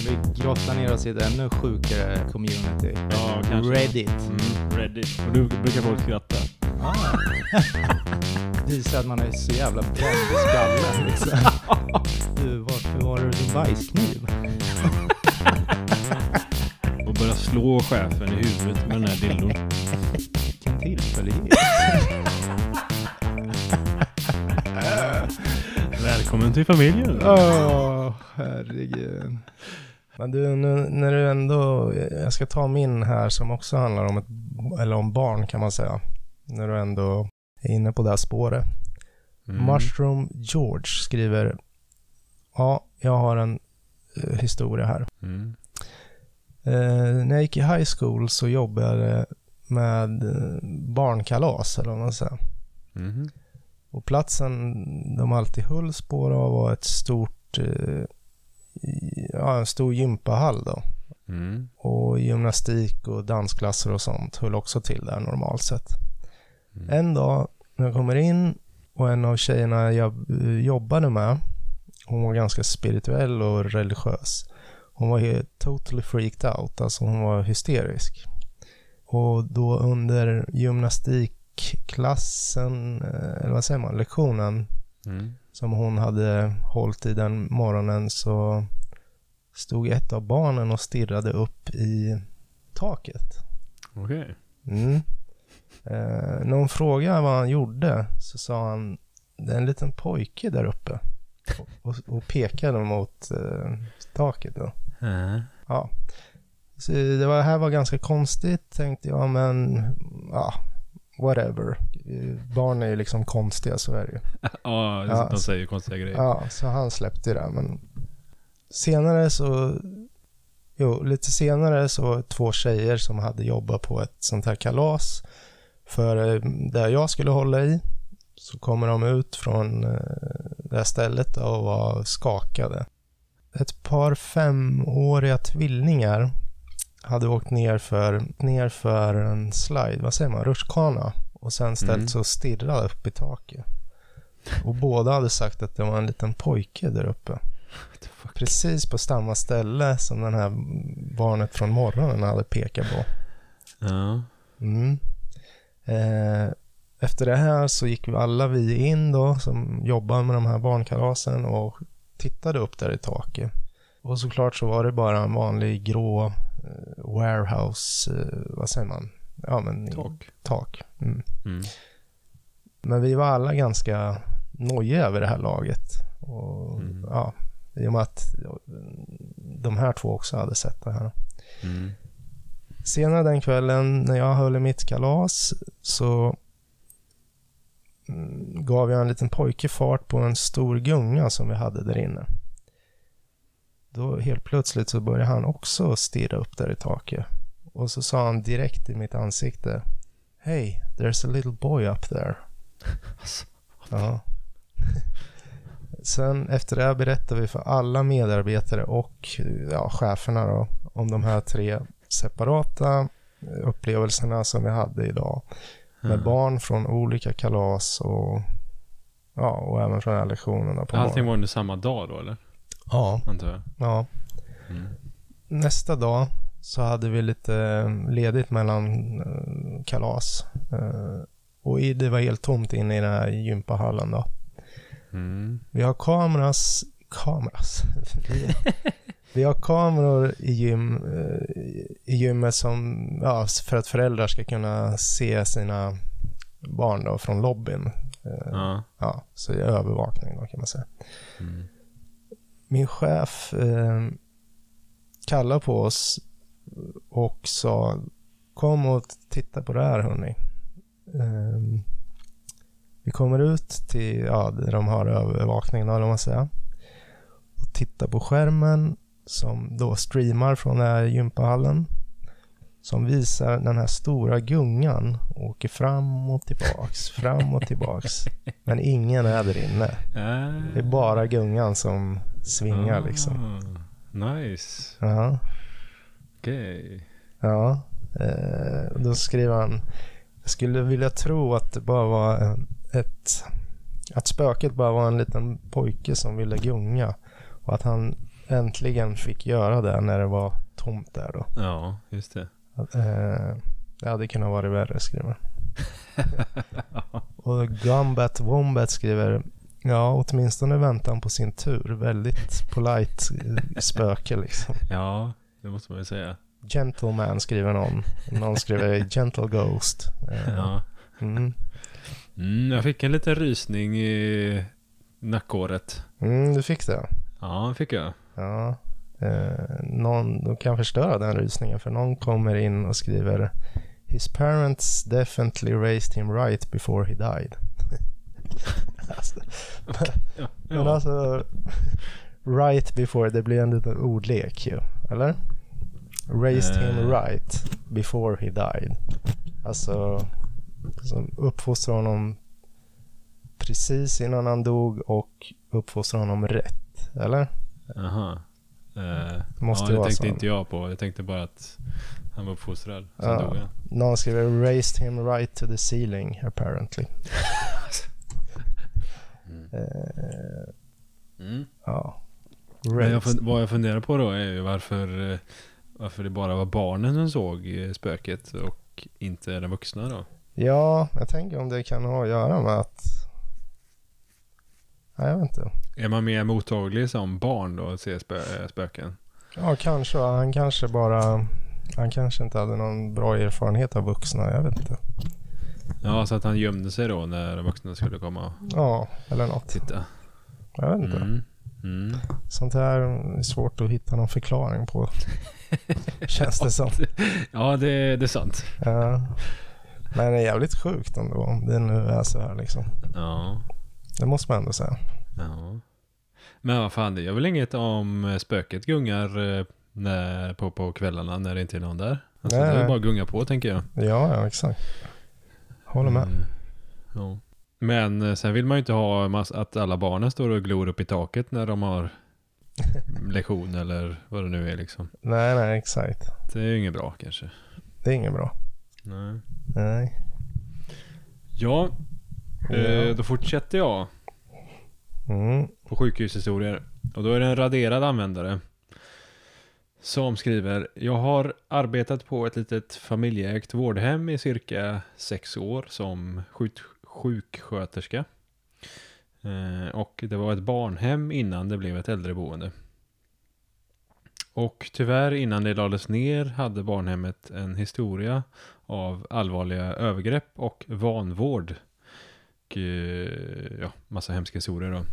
Vi grottar ner oss i ett ännu sjukare community. Ja, kanske. Reddit. Reddit. Och nu brukar folk skratta. Visar att man är så jävla bränd i skallen liksom. Du, varför var det din bajskniv? Och börja slå chefen i huvudet med den här dildon. Vilken tillfällighet. Välkommen till familjen. Herregud. Men du, nu, när du ändå, jag ska ta min här som också handlar om om barn kan man säga. När du ändå är inne på det här spåret. Mushroom George skriver: ja, jag har en historia här. När jag gick i high school så jobbade jag med barnkalas eller vad man säger. Och platsen de alltid hölls på då var ett stort en stor gympahall då. Och gymnastik och dansklasser och sånt höll också till där normalt sett. En dag när jag kommer in och en av tjejerna jag jobbade med, hon var ganska spirituell och religiös. Hon var helt totally freaked out, alltså hon var hysterisk. Och då under gymnastikklassen, eller vad säger man, lektionen som hon hade hållit i den morgonen, så stod ett av barnen och stirrade upp i taket. Okej. När hon frågade vad han gjorde så sa han: det är en liten pojke där uppe. Och pekade mot taket då. Ja. Så det här var ganska konstigt, tänkte jag, men ja, whatever. Barn är ju liksom konstiga, så är det ju. Ja, de säger ju konstiga grejer. Ja, så han släppte det. Men senare så, lite senare så två tjejer som hade jobbat på ett sånt här kalas för där jag skulle hålla i, så kommer de ut från det här stället och var skakade. Ett par 5-åriga tvillingar hade åkt ner för en slide, vad säger man, rutschkana, och sen ställt sig och stirrat upp i taket. Och båda hade sagt att det var en liten pojke där uppe. Precis på samma ställe som den här barnet från morgonen hade pekat på. Efter det här så gick vi in då som jobbar med de här barnkalasen och tittade upp där i taket. Och såklart så var det bara en vanlig grå warehouse, vad säger man? Ja, men tak. Men vi var alla ganska nojiga över det här laget. Och ja, i och med att de här två också hade sett det här. Senare den kvällen när jag höll i mitt kalas så gav jag en liten pojke fart på en stor gunga som vi hade där inne. Då helt plötsligt så började han också stirra upp där i taket. Och så sa han direkt i mitt ansikte: "Hey, there's a little boy up there." Ja. Sen efter det här berättade vi för alla medarbetare och cheferna då, om de här 3 separata upplevelserna som vi hade idag. Med barn från olika kalas och även från alla lektionerna på allting var under samma dag då, eller? Ja. Antar jag. Ja. Nästa dag så hade vi lite ledigt mellan kalas. Och det var helt tomt inne i den här gympahallen då. Vi har kameras. Vi har kameror i gymmet som, för att föräldrar ska kunna se sina barn då från lobbyn. Så det är övervakning då, kan man säga. Min chef kallade på oss och sa: kom och titta på det här, hörni. Vi kommer ut till där de har övervakningen, eller vad man säger, och tittar på skärmen som då streamar från den här gympahallen, som visar den här stora gungan åker fram och tillbaks. Men ingen är där inne. Det är bara gungan som svingar liksom. Nice. Ja. Okej. Ja. Då skriver han: jag skulle vilja tro att det bara var att spöket bara var en liten pojke som ville gunga, och att han äntligen fick göra det när det var tomt där då. Ja, just det. Det hade kunnat vara värre, skriver. Och Gumbat Wombat skriver: ja, åtminstone väntan på sin tur. Väldigt polite spöke liksom. Ja, det måste man ju säga. Gentleman skriver någon. Någon skriver Gentle Ghost. Ja. Jag fick en liten rysning i nackhåret. Du fick det? Ja, det fick jag. Ja. Någon kan förstöra den rysningen, för någon kommer in och skriver: his parents definitely raised him right before he died. Alltså, men alltså, right before, det blir en liten ordlek ju, eller? Raised him right before he died. Alltså, uppfostra honom precis innan han dog och uppfostra honom rätt, eller? Aha. Måste det vara tänkte så. inte jag på. Jag tänkte bara att han var uppfostrad. Sen dog jag. Någon skriver: raised him right to the ceiling apparently. Ja. Men vad jag funderar på då är ju varför det bara var barnen som såg spöket och inte den vuxna då. Ja, jag tänker om det kan ha att göra med att... Nej, jag vet inte. Är man mer mottaglig som barn då att se spöken? Ja, kanske. Han kanske inte hade någon bra erfarenhet av vuxna, jag vet inte. Ja, så att han gömde sig då när vuxna skulle komma. Ja, eller något. Titta. Jag vet inte. Sånt här är svårt att hitta någon förklaring på. Känns det som. Ja, det är sant. Ja. Men det är jävligt sjukt ändå om det nu är så här liksom. Ja. Det måste man ändå säga. Ja. Men vad fan, det gör väl inget om spöket gungar på kvällarna när det inte är någon där? Alltså, det är ju bara gunga på, tänker jag. Ja, exakt. Håller med. Ja. Men sen vill man ju inte ha att alla barnen står och glor upp i taket när de har lektion eller vad det nu är liksom. Nej, exakt. Det är ju inget bra kanske. Det är inget bra. Nej. Ja, då fortsätter jag på sjukhushistorier. Och då är det en raderad användare som skriver: jag har arbetat på ett litet familjeägt vårdhem i cirka 6 år som sjuksköterska. Och det var ett barnhem innan det blev ett äldreboende. Och tyvärr innan det lades ner hade barnhemmet en historia av allvarliga övergrepp och vanvård. Och massa hemska historier då.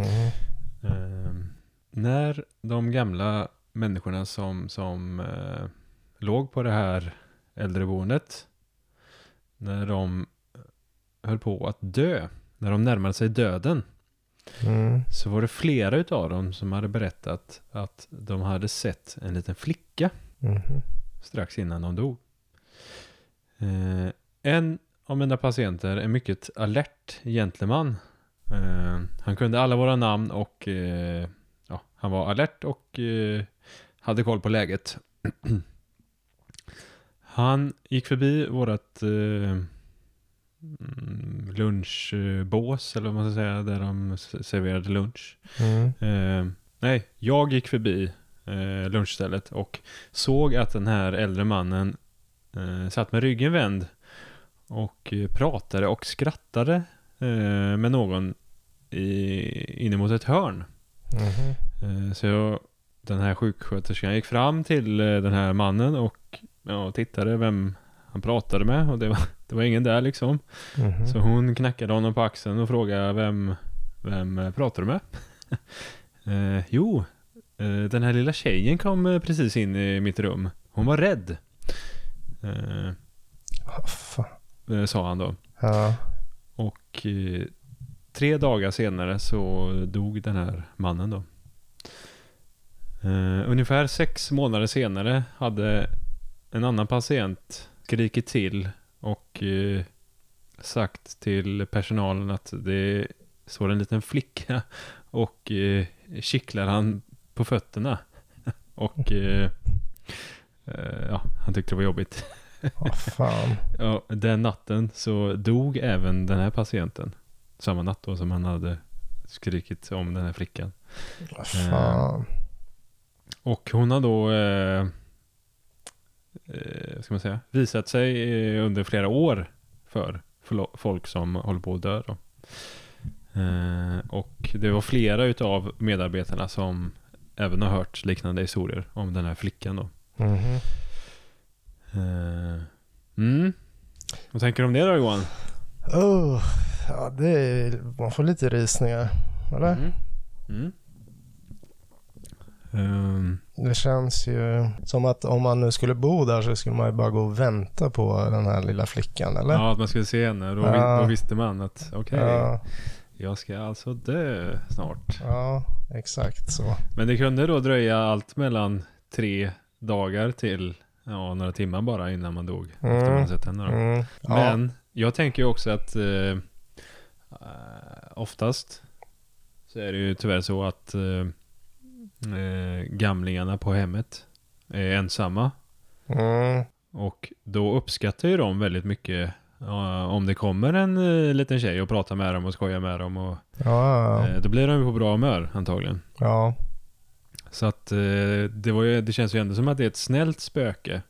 När de gamla människorna som låg på det här äldreboendet, när de höll på att dö, när de närmade sig döden, så var det flera utav dem som hade berättat att de hade sett en liten flicka strax innan de dog. En av mina patienter, en mycket alert gentleman. Han kunde alla våra namn och han var alert och hade koll på läget. Han gick förbi vårat lunchbås, eller vad man ska säga, där de serverade lunch. Nej, jag gick förbi lunchstället och såg att den här äldre mannen satt med ryggen vänd och pratade och skrattade med någon inemot ett hörn. Så den här sjuksköterskan gick fram till den här mannen och tittade vem han pratade med, och det var ingen där liksom. Så hon knackade honom på axeln och frågade vem pratar du med? Den här lilla tjejen kom precis in i mitt rum. Hon var rädd. Sa han då. Ja. Och 3 dagar senare så dog den här mannen då. Ungefär 6 månader senare hade en annan patient skrikit till och sagt till personalen att det står en liten flicka och kittlar han på fötterna. Och han tyckte det var jobbigt. Fan. Ja, den natten så dog även den här patienten. Samma natt då som han hade skrikit om den här flickan. Fan. Och hon har då ska man säga, visat sig under flera år för folk som håller på att dö då. Och det var flera utav medarbetarna som även har hört liknande historier om den här flickan då. Vad tänker du om det då, Johan? Ja, man får lite rysningar, eller? Det känns ju som att om man nu skulle bo där så skulle man ju bara gå och vänta på den här lilla flickan, eller? Ja, att man skulle se henne. Då visste man att jag ska alltså dö snart. Ja, exakt så. Men det kunde då dröja allt mellan 3 dagar till några timmar bara innan man dog. Efter man sett henne då. Men jag tänker ju också att oftast så är det ju tyvärr så att gamlingarna på hemmet är ensamma. Och då uppskattar ju de väldigt mycket om det kommer en liten tjej och pratar med dem och skojar med dem. Och, då blir de ju på bra humör antagligen. Ja. Så att det känns ju ändå som att det är ett snällt spöke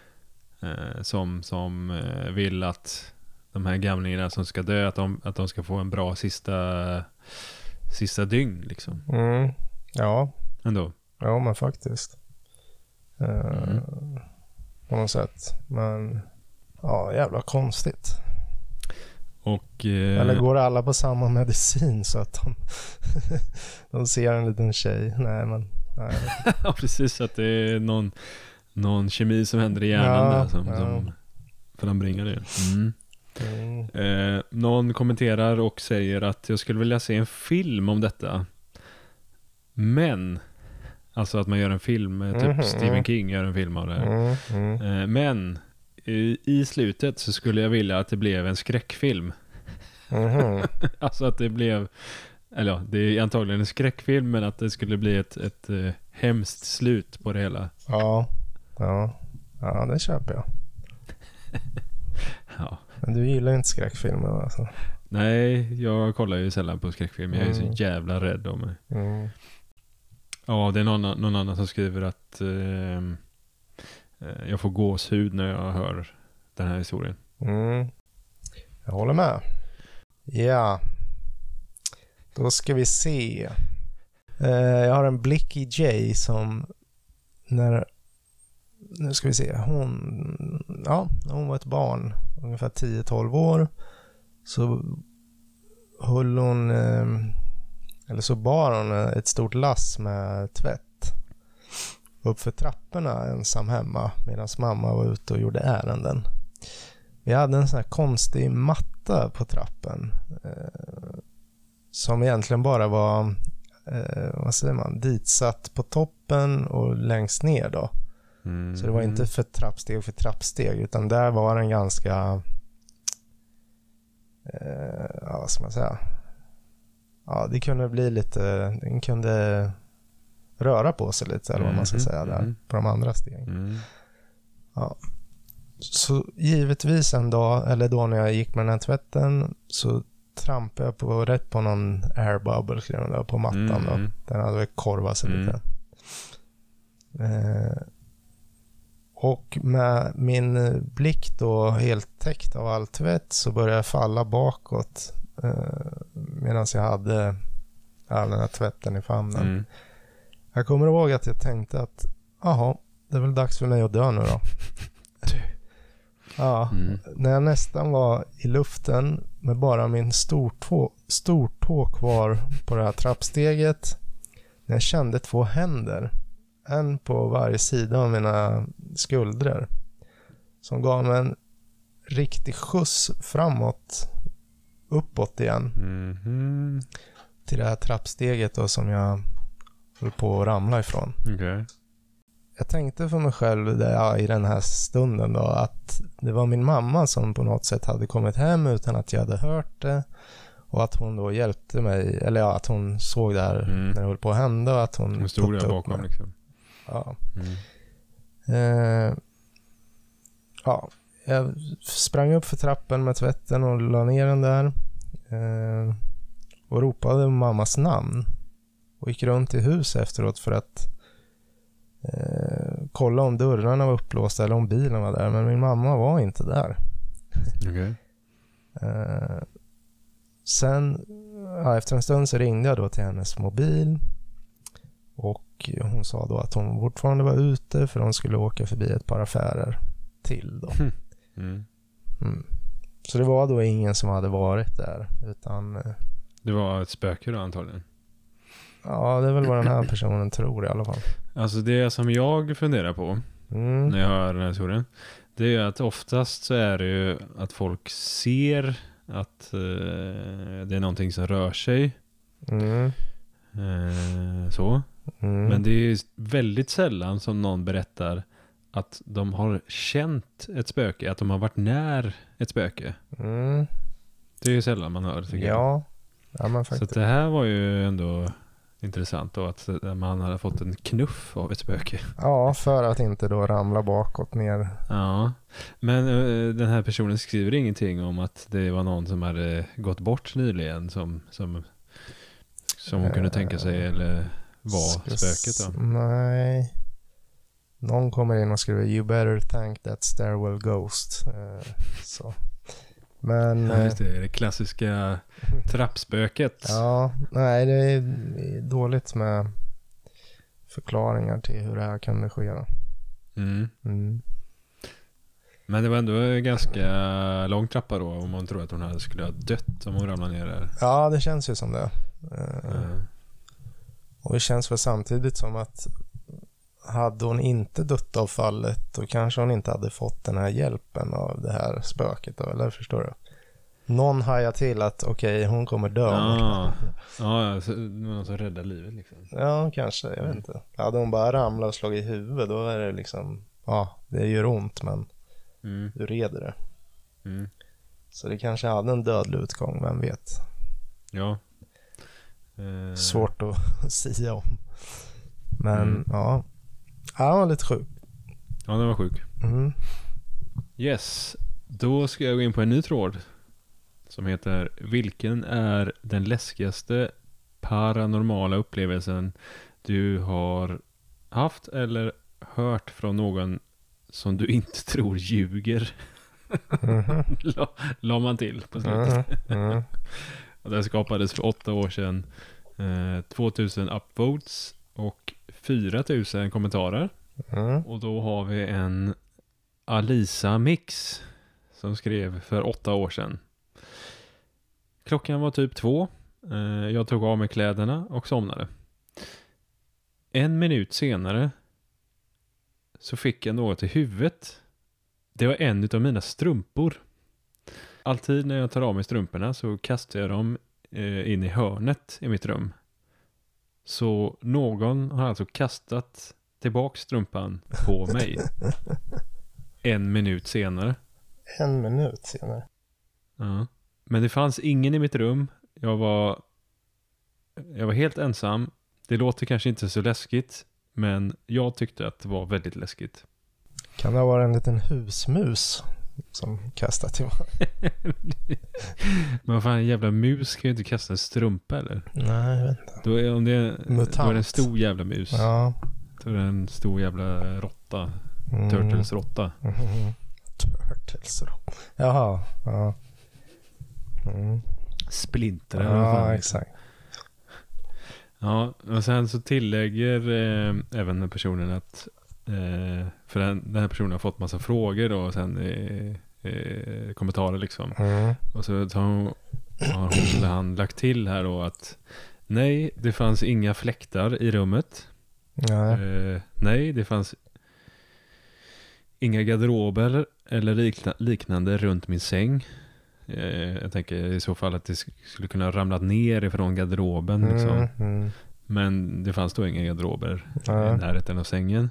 som vill att de här gamlingarna som ska dö, att de ska få en bra sista dygn liksom. Ja. Ändå. Ja, men faktiskt. På något sätt. Men jävla konstigt. Och, eller går alla på samma medicin så att de ser en liten tjej? Nej. Ja, precis, att det är någon kemi som händer i hjärnan där som frambringar det. Någon kommenterar och säger att jag skulle vilja se en film om detta. Men alltså att man gör en film, typ Stephen King gör en film av det här. Men i slutet så skulle jag vilja att det blev en skräckfilm. Alltså att det blev, eller ja, det är antagligen en skräckfilm, men att det skulle bli ett hemskt slut på det hela. Ja, det köper jag. Ja. Men du gillar inte skräckfilmer alltså? Nej, jag kollar ju sällan på skräckfilmer. Jag är så jävla rädd om mig. Ja, det är någon annan som skriver att jag får gåshud när jag hör den här historien. Jag håller med. Ja. Då ska vi se. Jag har en Blicky J som nu ska vi se. När hon var ett barn, ungefär 10-12 år, så höll hon eller så bar hon ett stort lass med tvätt upp för trapporna ensam hemma medan mamma var ute och gjorde ärenden. Vi hade en sån här konstig matta på trappen som egentligen bara var ditsatt på toppen och längst ner då. Så det var inte för trappsteg utan där var den ganska vad ska man säga? Ja, det kunde bli lite, den kunde röra på sig lite eller vad man ska säga där på de andra stegen. Ja. Så givetvis en dag, eller då när jag gick med den här tvätten, så trampade jag rätt på någon airbubble på mattan då. Den hade väl korvat sig lite. Och med min blick då helt täckt av all tvätt så började jag falla bakåt medan jag hade all den här tvätten i famnen. Jag kommer ihåg att jag tänkte att det är väl dags för mig att dö nu då. När jag nästan var i luften med bara min stortå kvar på det här trappsteget, när jag kände 2 händer, en på varje sida av mina skuldror, som gav mig en riktig skjuts uppåt igen till det här trappsteget då, som jag höll på att ramla ifrån. Jag tänkte för mig själv i den här stunden då att det var min mamma som på något sätt hade kommit hem utan att jag hade hört det, och att hon då hjälpte mig, eller att hon såg det här när det höll på att hända, och att hon stod där bakom liksom. Jag sprang upp för trappen med tvätten och la ner den där och ropade mammas namn och gick runt i huset efteråt för att kolla om dörrarna var upplåsta eller om bilen var där. Men min mamma var inte där. Okej. Sen, efter en stund så ringde jag då till hennes mobil. Och hon sa då att hon fortfarande var ute för hon skulle åka förbi ett par affärer till då. Så det var då ingen som hade varit där, utan... Det var ett spöke då antagligen. Ja, det är väl vad den här personen tror i alla fall. Alltså det som jag funderar på när jag hör den här historien, det är att oftast så är det ju att folk ser att det är någonting som rör sig. Så. Men det är väldigt sällan som någon berättar att de har känt ett spöke, att de har varit när ett spöke. Det är ju sällan man hör, tycker jag. Ja, men faktiskt. Så det här var ju ändå intressant då, att man hade fått en knuff av ett spöke. Ja, för att inte då ramla bakåt ner. Ja, men den här personen skriver ingenting om att det var någon som hade gått bort nyligen som hon kunde tänka sig, eller var spöket då? Nej. Någon kommer in och skriver "You better thank that stairwell ghost". Så. Men, ja, just det klassiska trappspöket. Ja, nej, det är dåligt med förklaringar till hur det här kunde ske då. Men det var ändå ganska lång trappa då, om man tror att hon skulle ha dött om hon ramlade ner där. Ja, det känns ju som det. Och det känns väl samtidigt som att hade hon inte dött av fallet, då kanske hon inte hade fått den här hjälpen av det här spöket då, eller förstår du? Någon hajar till att okej, hon kommer dö. Ja, någon som räddar livet liksom. Ja, kanske, jag vet inte. Hade hon bara ramlat och slagit i huvudet, då är det liksom, ja, det gör ont, men du reder det. Så det kanske hade en dödlig utgång, vem vet. Ja. Svårt att säga om. Men ja, han var lite sjuk. Ja, den var sjuk. Yes, då ska jag gå in på en ny tråd som heter "Vilken är den läskigaste paranormala upplevelsen du har haft eller hört från någon som du inte tror ljuger?" La man till på slutet. Och det skapades för 8 år sedan. 2000 upvotes och 4000 kommentarer. Och då har vi en Alisa Mix som skrev för 8 år sedan. Klockan var typ 2. Jag tog av mig kläderna och somnade. 1 minut senare så fick jag något i huvudet. Det var en av mina strumpor. Alltid när jag tar av mig strumporna så kastar jag dem in i hörnet i mitt rum. Så någon har alltså kastat tillbaka strumpan på mig. 1 minut senare. 1 minut senare? Ja. Men det fanns ingen i mitt rum. Jag var helt ensam. Det låter kanske inte så läskigt, men jag tyckte att det var väldigt läskigt. Kan det ha varit en liten husmus som kastar till mig? Men vad fan, en jävla mus kan ju inte kasta en strumpa, eller? Nej, jag vet inte. Då är det en stor jävla mus. Ja. Då är det en stor jävla råtta. Turtles-råtta. Turtles-råtta. Jaha, ja. Splinter. Ja, exakt. Ja, och sen så tillägger även den personen att för den här personen har fått massa frågor då, och sen kommentarer liksom. Och så har han lagt till här då att nej, det fanns inga fläktar i rummet. Nej, det fanns inga garderober eller liknande runt min säng. Jag tänker i så fall att det skulle kunna ramlat ner ifrån garderoben liksom. Men det fanns då inga garderober i närheten av sängen.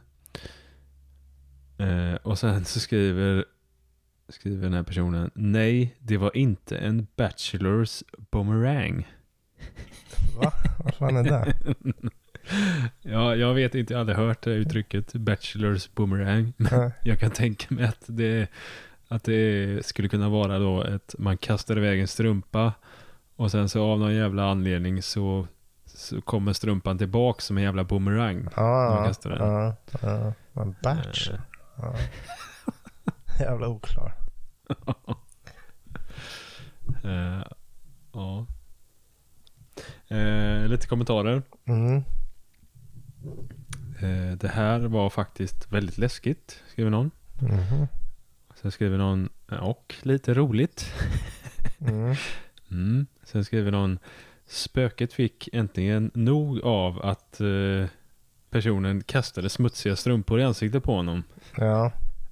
Och sen så skriver den här personen: nej, det var inte en bachelors boomerang. Va? Vad fan är det? Ja, jag vet inte, jag hade hört uttrycket bachelors boomerang. Men jag kan tänka mig att det skulle kunna vara då man kastar iväg en strumpa och sen så av någon jävla anledning så så kommer strumpan tillbaka som en jävla boomerang. En batch. Jävla oklar. Ja. Lite kommentarer. Det här var faktiskt väldigt läskigt, skriver någon. Sen skriver någon, och lite roligt. Sen skriver någon, spöket fick äntligen nog av att personen kastade smutsiga strumpor i ansiktet på honom. Ja.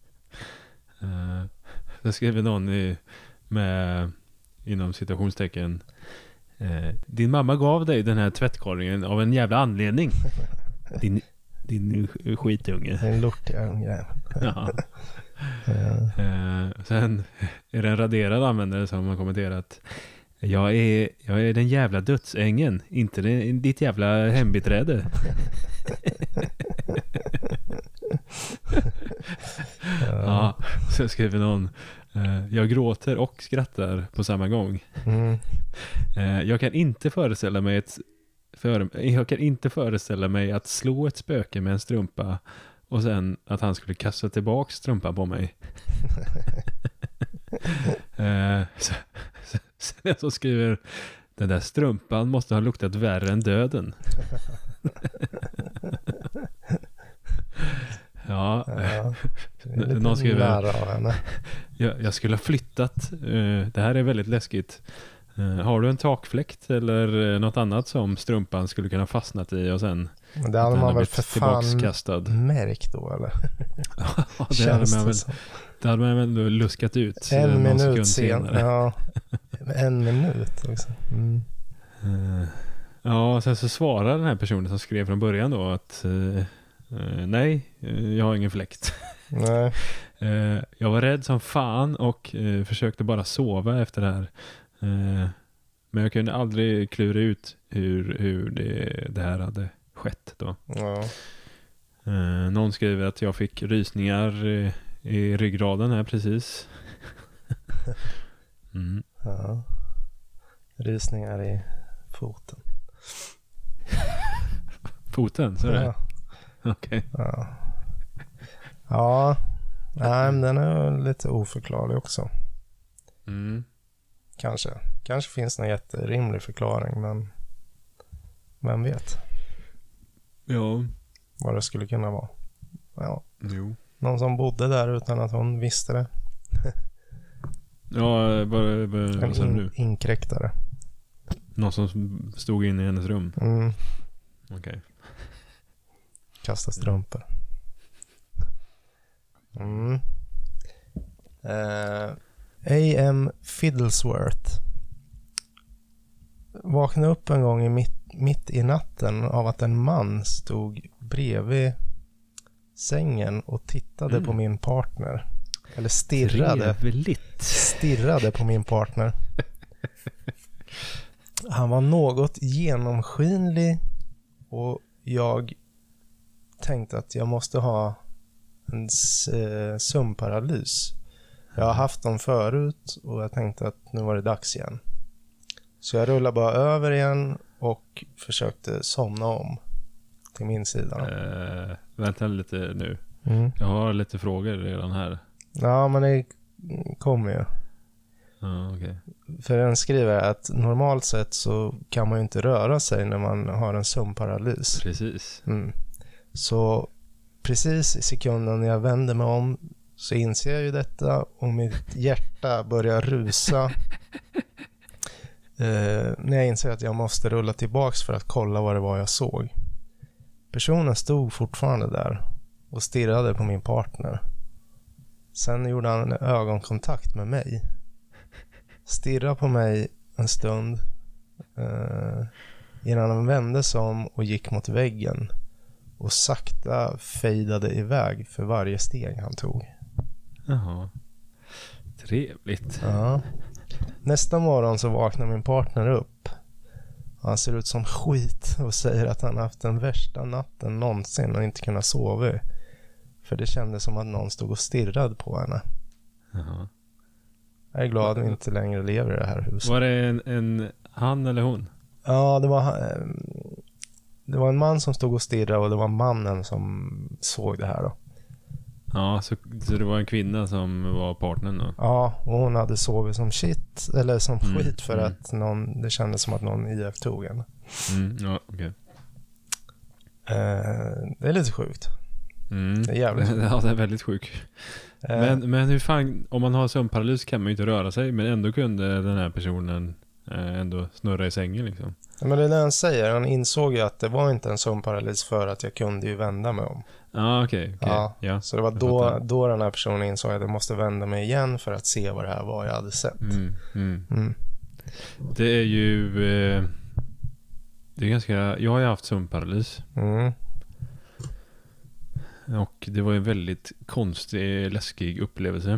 Sen skriver någon med inom citationstecken, din mamma gav dig den här tvättkorgen av en jävla anledning. Din skitunge. En lortiga unge. Ja. Sen är det en raderad användare som har kommenterat, jag är den jävla dödsängen, inte ditt jävla hembiträde. Ja, så skriver någon, jag gråter och skrattar på samma gång. Jag kan inte föreställa mig att slå ett spöke med en strumpa och sen att han skulle kasta tillbaka strumpan på mig. Sen så skriver, den där strumpan måste ha luktat värre än döden. Ja. Någon skriver, jag skulle ha flyttat. Det här är väldigt läskigt. Har du en takfläkt eller något annat som strumpan skulle kunna fastnat i och sen det hade man väl för tillbakskastad märkt då, eller? Ja, det hade man väl luskat ut en minut senare. Ja, en minut också. Ja, sen så svarar den här personen som skrev från början då att nej, jag har ingen fläkt. Nej. Jag var rädd som fan och försökte bara sova efter det här. Men jag kunde aldrig klura ut hur det här hade skett då. Ja. Någon skriver att jag fick rysningar i ryggraden här precis. Ja. Rysningar i foten. Foten, så är det? Ja. Okej. Ja. Ja. Nej, men den är lite oförklarlig också. Kanske finns någon jätterimlig förklaring, men vem vet? Ja. Vad det skulle kunna vara. Ja. Jo. Någon som bodde där utan att hon visste det. Ja, vad sa du? Inkräktare. Någon som stod inne i hennes rum? Okej. Kasta strumpor. A.M. Fiddlesworth vaknade upp en gång mitt i natten av att en man stod bredvid sängen och tittade på min partner. Eller stirrade på min partner. Han var något genomskinlig och jag tänkte att jag måste ha en sömnparalys. Jag har haft dem förut och jag tänkte att nu var det dags igen. Så jag rullade bara över igen och försökte somna om till min sida. Vänta lite nu. Jag har lite frågor redan här. Ja, men det kommer ju. Okay. För den skriver att normalt sett så kan man ju inte röra sig när man har en sömnparalys. Precis. Så precis i sekunden jag vänder mig om så inser jag ju detta och mitt hjärta börjar rusa. När jag inser att jag måste rulla tillbaks för att kolla vad det var jag såg. Personen stod fortfarande där och stirrade på min partner. Sen gjorde han en ögonkontakt med mig. Stirrade på mig en stund innan han vände sig om och gick mot väggen och sakta fejdade iväg för varje steg han tog. Jaha. Trevligt. Ja. Nästa morgon så vaknar min partner upp. Han ser ut som skit och säger att han haft den värsta natten någonsin och inte kunnat sova. För det kändes som att någon stod och stirrade på henne. Jaha. Jag är glad att vi inte längre lever i det här huset. Var det en han eller hon? Ja, det var det var en man som stod och stirrade och det var mannen som såg det här då. Ja, så det var en kvinna som var partnern då? Ja, och hon hade sovit som shit, eller som skit för att det kändes som att någon iakttog henne. Ja, okej. Det är lite sjukt. Det är jävligt sjukt. Ja, det är väldigt sjukt. Men hur fan, om man har sömnparalys kan man ju inte röra sig, men ändå kunde den här personen ändå snurra i sängen liksom. Ja, men det är det han säger. Han insåg ju att det var inte en sömnparalys för att jag kunde ju vända mig om. Okej. Ja, så det var då den här personen insåg att jag måste vända mig igen för att se vad det här var jag hade sett. Det är ju det är ganska, jag har ju haft sömnparalys. Och det var en väldigt konstig, läskig upplevelse.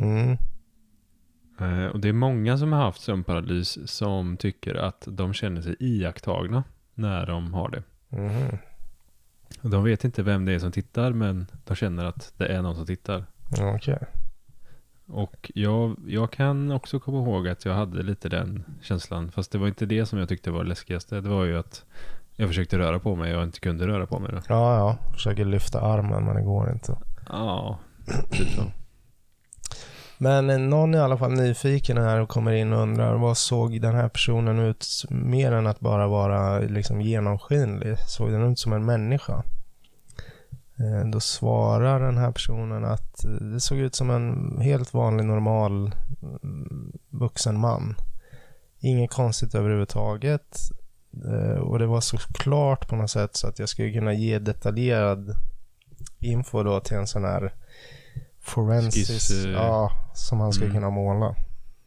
Och det är många som har haft sömnparalys som tycker att de känner sig iakttagna när de har det. Och de vet inte vem det är som tittar, men de känner att det är någon som tittar. Okej. Och jag kan också komma ihåg att jag hade lite den känslan, fast det var inte det som jag tyckte var läskigaste. Det var ju att jag försökte röra på mig och inte kunde röra på mig då. Ja. Försöker lyfta armen men det går inte. Ja, typ så. Men någon är i alla fall nyfiken här och kommer in och undrar, vad såg den här personen ut mer än att bara vara liksom genomskinlig? Såg den ut som en människa? Då svarar den här personen att det såg ut som en helt vanlig, normal vuxen man. Inget konstigt överhuvudtaget. Och det var så klart på något sätt så att jag skulle kunna ge detaljerad info då till en sån här forensis som han skulle kunna måla.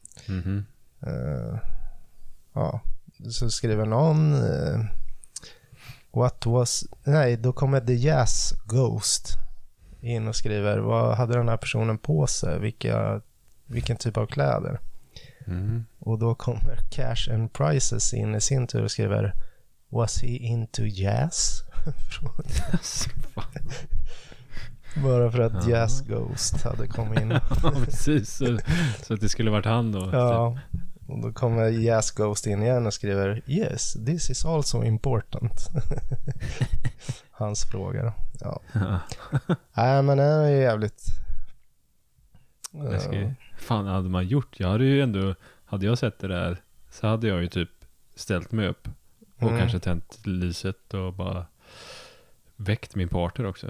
Så skriver någon då kommer The Jazz Ghost in och skriver, vad hade den här personen på sig, vilken typ av kläder. Och då kommer Cash and Prices in i sin tur och skriver, was he into jazz? Bara för att Jazz Ghost hade kommit in. Ja, precis. Så att det skulle varit han då. Ja, och då kommer Jazz Ghost in igen och skriver, yes, this is also important. Hans fråga. Ja. Nej, men det är jävligt fan hade man gjort? Jag hade ju ändå, hade jag sett det där så hade jag ju typ ställt mig upp och kanske tänt lyset och bara väckt min partner också.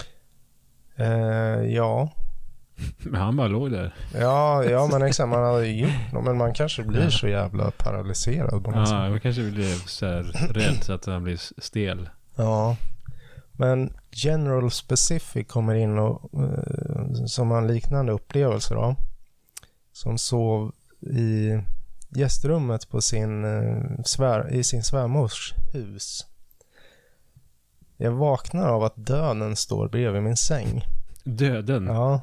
Ja. Men han bara låg där. Ja, men exakt, man hade gjort något, men man kanske blir så jävla paralyserad på något sätt. Ja, man kanske blir så här rädd så att han blir stel. Ja. Men General Specific kommer in och som har en liknande upplevelse då. Som sov i gästrummet på i sin svärmors hus. Jag vaknar av att döden står bredvid min säng. Döden? Ja.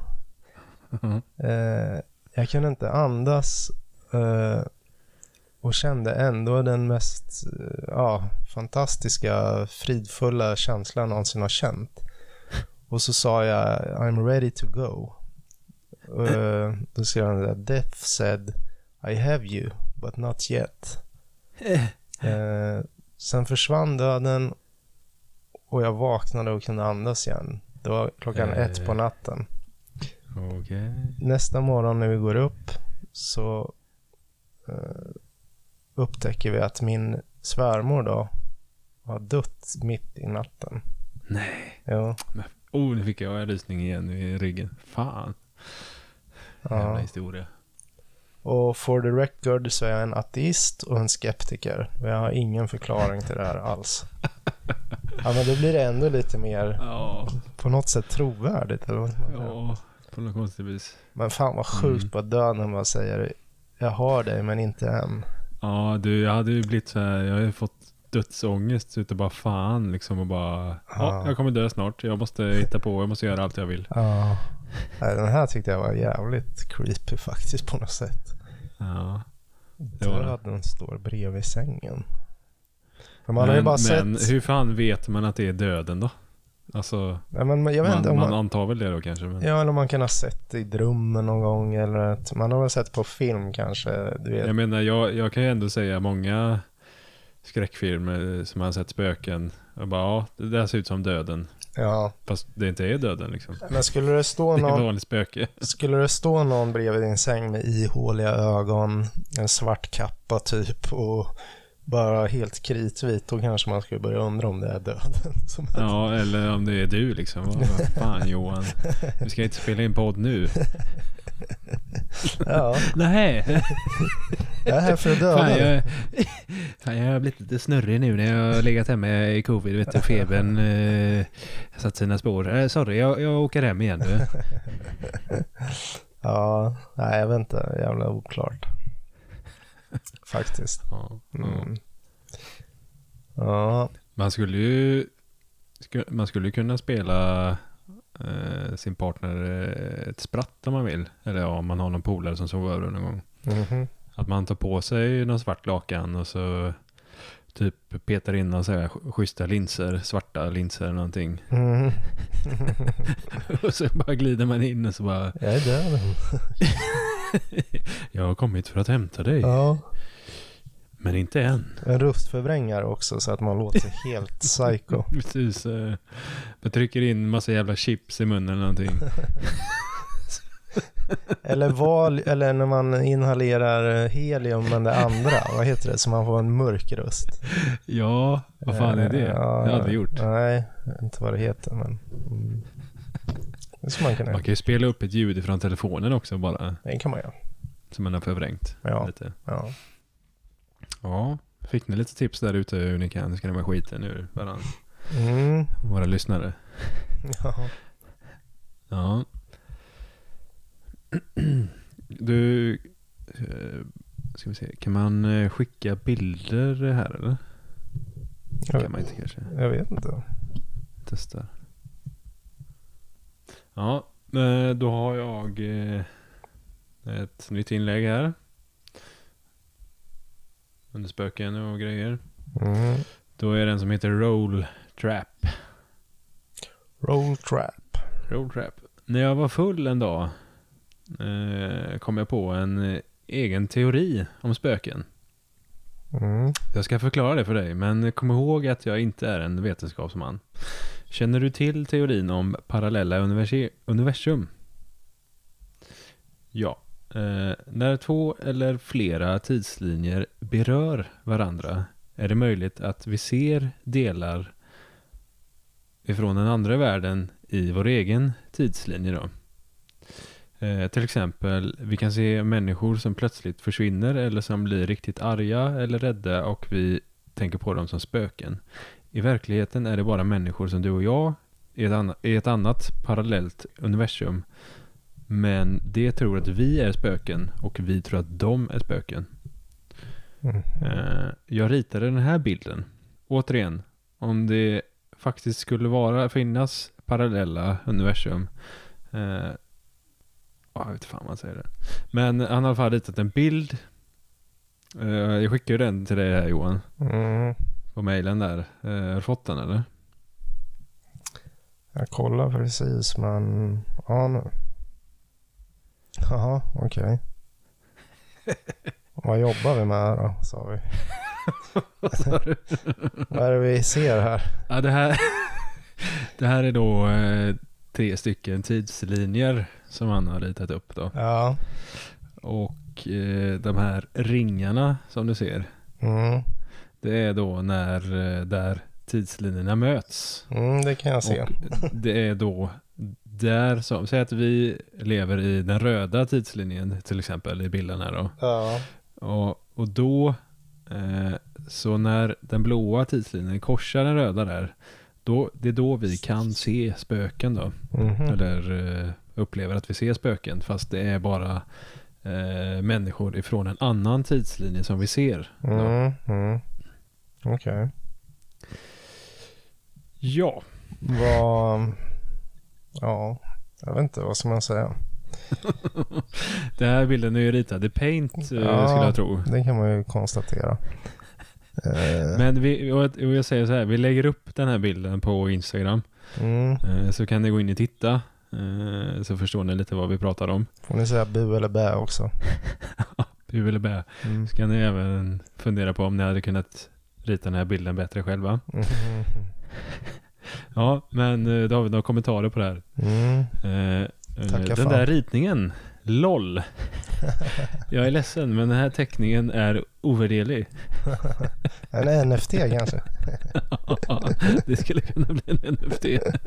Jag kunde inte andas och kände ändå den mest fantastiska, fridfulla känslan jag någonsin har känt. Och så sa jag, I'm ready to go. Då skrev han där, Death said, I have you, but not yet. Sen försvann döden och jag vaknade och kunde andas igen. Det var klockan 1 på natten. Okay. Nästa morgon när vi går upp så upptäcker vi att min svärmor då har dött mitt i natten. Nej. Ja. Nu fick jag en rysning igen i ryggen. Fan. Jävla historia. Och for the record så är jag en ateist och en skeptiker. Jag har ingen förklaring till det här alls. Ja, men då blir det ändå lite mer på något sätt trovärdigt. Eller vad man säger. Ja, på något konstigt vis. Men fan vad sjukt på döden man säger, jag har dig men inte än. Ja, jag hade ju blivit så här, jag har ju fått dödsångest utav bara fan liksom och bara, jag kommer dö snart, jag måste hitta på, jag måste göra allt jag vill. Ja. Nej, den här tyckte jag var jävligt creepy faktiskt på något sätt. Ja. Döden står bredvid sängen. För man har ju bara men sett... hur fan vet man att det är döden då? Alltså, ja, men jag vet inte om man antar väl det då kanske. Men... Ja, eller man kan ha sett det i drömmen någon gång. Eller att man har väl sett på film kanske. Du vet. Jag menar, jag kan ju ändå säga många skräckfilmer som har sett spöken. Jag bara, ja, det där ser ut som döden. Ja. Fast det inte är döden liksom. Men skulle det stå Det är någon... en vanlig spöke. Skulle det stå någon bredvid din säng med ihåliga ögon, en svart kappa typ och bara helt kritvit, då kanske man skulle börja undra om det är döden. Ja, eller om det är du liksom. Vad fan Johan, vi ska inte spela in podd nu. Ja. Nej. Jag är här för att döda. Jag har blivit lite snurrig nu när jag har legat hemma i covid, vet du, febern satt sina spår. Sorry, jag åker hem igen nu. Ja, nej jag vet inte, jävla oklart. Faktiskt. Ja. Ja. Man skulle ju kunna spela sin partner ett spratt om man vill. Eller ja, om man har någon polare som sover över någon gång. Mhm. Att man tar på sig någon svart lakan och så typ petar in och så här schyssta linser, svarta linser eller någonting. Mm. Och så bara glider man in och så bara... Jag är död. Jag har kommit för att hämta dig. Ja. Men inte än. En rustförbrängare också så att man låter helt psycho. Precis. Man trycker in massa jävla chips i munnen eller någonting. Eller när man inhalerar helium men det andra, vad heter det, så man får en mörk röst. Ja, vad fan är det? Ja, Det har jag aldrig gjort. Nej, inte vad det heter men det ska man kunna. Man kan ju spela upp ett ljud från telefonen också bara. Det kan man göra. Som man har förvrängt lite. Ja. Ja, fick ni lite tips där ute hur ni kan skrämma skiten ur varandra? Våra lyssnare. Ja. Ja. Du, ska vi se, kan man skicka bilder här eller? Kan man inte kanske? Jag vet inte. Testar. Ja, då har jag ett nytt inlägg här. Under spöken och grejer. Då är det en som heter Roll Trap. Roll Trap. Roll Trap. När jag var full en dag kom jag på en egen teori om spöken. Jag ska förklara det för dig, men kom ihåg att jag inte är en vetenskapsman. Känner du till teorin om parallella universum? Ja. När två eller flera tidslinjer berör varandra är det möjligt att vi ser delar ifrån den andra världen i vår egen tidslinje då. Till exempel, vi kan se människor som plötsligt försvinner eller som blir riktigt arga eller rädda och vi tänker på dem som spöken. I verkligheten är det bara människor som du och jag i ett annat parallellt universum. Men det tror att vi är spöken och vi tror att de är spöken. Jag ritade den här bilden. Återigen, om det faktiskt skulle finnas parallella universum. Jag vet inte fan man säger det. Men han har i alla fall ritat en bild. Jag skickar ju den till dig här Johan. På mejlen där. Har du fått den eller? Jag kollar precis men... Ja nu. Jaha, okej. Vad jobbar vi med här då, sa vi. Vad är det vi ser här? Ja, det här är då 3 stycken tidslinjer som han har ritat upp då. Ja. Och de här ringarna som du ser. Det är då när där tidslinjerna möts. Det kan jag se. Och det är då där som, säg att vi lever i den röda tidslinjen till exempel i bilden här då. Ja. Och då så när den blåa tidslinjen korsar den röda där, det är då vi kan se spöken då. Eller upplever att vi ser spöken fast det är bara människor ifrån en annan tidslinje som vi ser. Okej. Ja. Ja, jag vet inte vad ska man säga. Den här bilden är ju ritad i Paint skulle jag tro. Det kan man ju konstatera. Men jag säger så här, vi lägger upp den här bilden på Instagram. Så kan ni gå in och titta. Så förstår ni lite vad vi pratar om. Får ni säga bu eller bä också? Bu eller bä. Så kan ni även fundera på om ni hade kunnat rita den här bilden bättre själva. Ja, men då har vi några kommentarer på det här. Den där ritningen, LOL. Jag är ledsen, men den här teckningen är ovärderlig. En NFT kanske. Ja, det skulle kunna bli en NFT.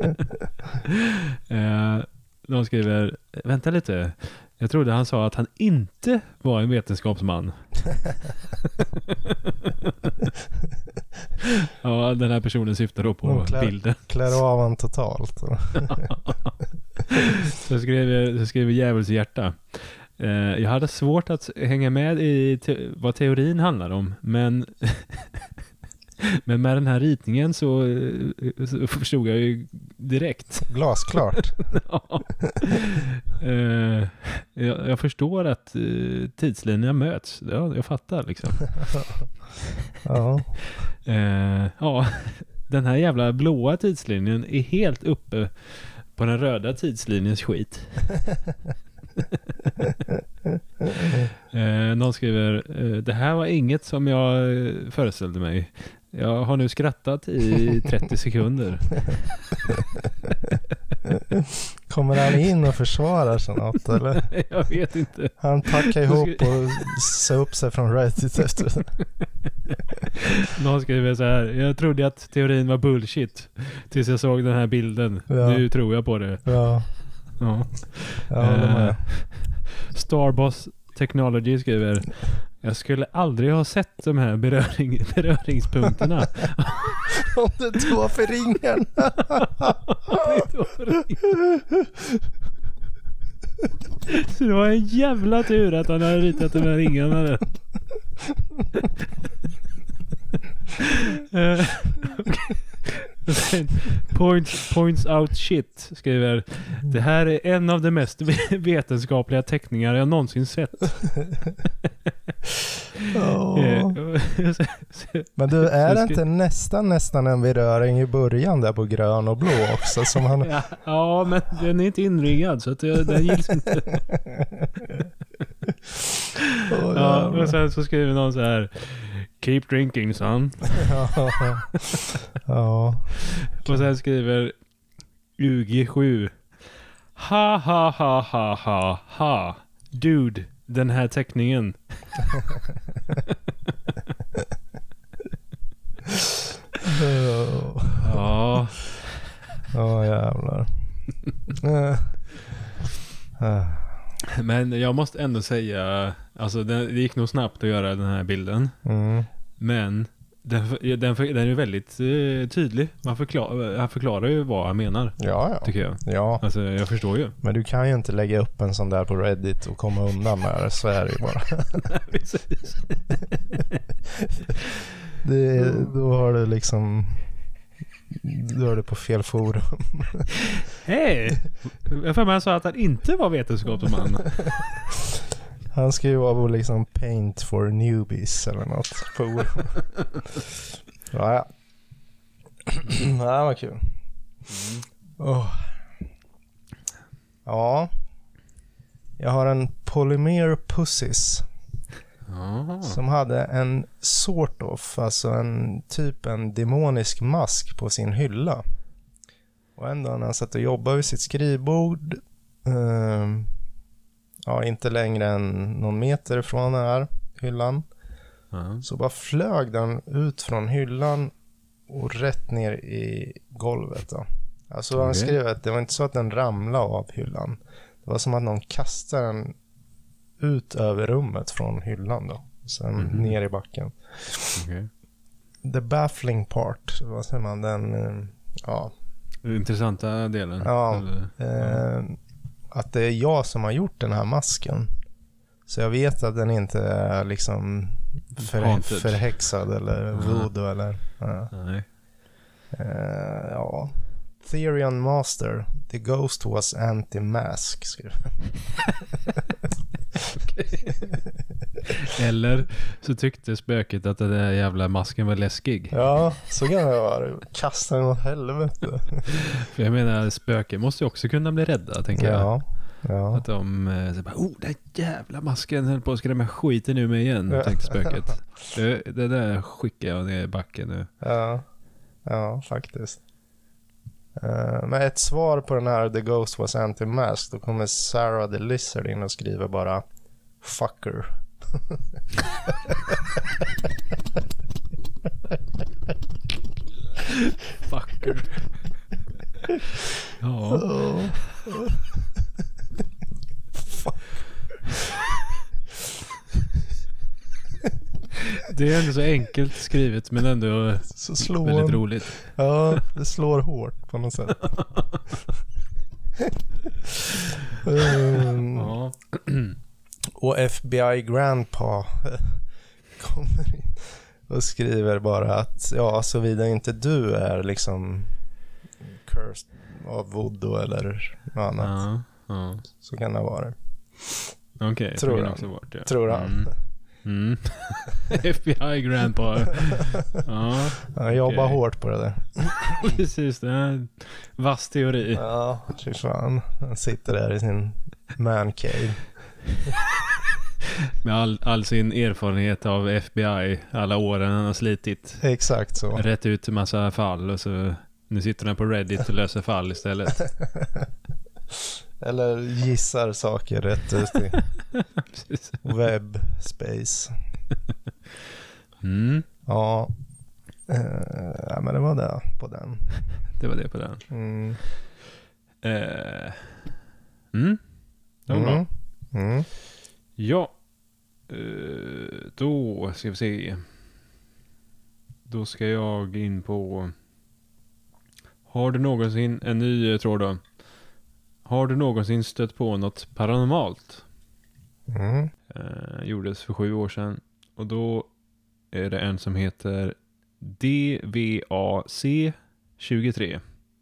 De skriver, vänta lite. Jag trodde han sa att han inte var en vetenskapsman. Ja, den här personen syftar då på bilden. Klär av han totalt. Så skriver Djävulshjärta. Jag hade svårt att hänga med i vad teorin handlar om, men men med den här ritningen så förstod jag ju direkt. Glasklart. Jag förstår att tidslinjerna möts. Ja, jag fattar liksom. Ja. Ja, den här jävla blåa tidslinjen är helt uppe på den röda tidslinjens skit. Någon skriver, det här var inget som jag föreställde mig. Jag har nu skrattat i 30 sekunder. Kommer han in och försvarar sig något, eller? Jag vet inte. Han packar ihop och sa upp sig från Reddit efter. Någon skriver så här, jag trodde att teorin var bullshit tills jag såg den här bilden. Ja. Nu tror jag på det. Ja. Starboss Technology skriver, jag skulle aldrig ha sett de här beröringspunkterna. Om det var för ringen. Så det var en jävla tur att han hade ritat de här ringarna. Points out shit skriver, det här är en av de mest vetenskapliga teckningar jag någonsin sett. Men du, är det inte nästan en beröring i början där på grön och blå också som han... Ja, men den är inte inringad så att den gills inte. Ja, och sen så skriver någon så här, keep drinking, son. Ja. Och sen skriver UG7, ha ha ha ha ha ha, dude, den här teckningen. Ja. Ja, jävlar. Men jag måste ändå säga, alltså det gick nog snabbt att göra den här bilden. Men den är väldigt tydlig. Han förklarar ju vad han menar. Ja. Tycker jag. Ja. Alltså jag förstår ju. Men du kan ju inte lägga upp en sån där på Reddit och komma undan med det. Så är det ju bara. Nej, precis. Då har du liksom... Då är du på fel forum. Hej! Jag för mig sa att han inte var vetenskapsman. Han ska ju vara liksom paint for newbies eller något forum. Ja. Det var kul. Ja. Jag har en Polymer Pussies. Som hade en sort of, alltså en demonisk mask på sin hylla. Och ändå när han satt och jobbade vid sitt skrivbord, inte längre än någon meter från den här hyllan, så bara flög den ut från hyllan och rätt ner i golvet då. Alltså han skrev att det var inte så att den ramlade av hyllan. Det var som att någon kastade den ut över rummet från hyllan då. Sen ner i backen. The baffling part, vad säger man? Den intressanta delen. Ja. Att det är jag som har gjort den här masken. Så jag vet att den inte är liksom förhäxad eller voodoo eller... Nej. Therion Master, the ghost was anti-mask, skriver. Eller så tyckte spöket att den där jävla masken var läskig. Ja, så kan det vara. Kasta den åt helvete. För jag menar, spöken måste ju också kunna bli rädda, tänker jag. Ja. Att de den jävla masken höll på att skrämma skiten ur mig igen, tänkte spöket. Det där skickar jag ner i backen nu. Ja. Ja, faktiskt. Men ett svar på den här The Ghost was anti-mask, då kommer Sarah the Lizard in och skriver bara fucker. Fucker. Ja. Det är ändå så enkelt skrivet men ändå så väldigt roligt. Ja, det slår hårt på något sätt. Ja. Och FBI Grandpa kommer in och skriver bara att ja, såvida inte du är liksom cursed av voodoo eller något annat, så kan det vara det. Okej, tror han. Också varit, ja. Tror han. FBI Grandpa. Ja, han jobbar hårt på det där. Precis, det är en vass teori. Ja, fy fan. Han sitter där i sin man cave. Med all sin erfarenhet av FBI, alla åren han har slitit. Exakt så. Rätt ut en massa fall och så nu sitter han på Reddit och löser fall istället. Eller gissar saker rätt ut i webbspace. Ja. Ja, men det var det på den. Det var det på den. Det var bra. Ja. Då ska vi se. Då ska jag in på... Har du någonsin... En ny tråd då. Har du någonsin stött på något paranormalt? Gjordes för 7 år sedan. Och då är det en som heter DVAC23.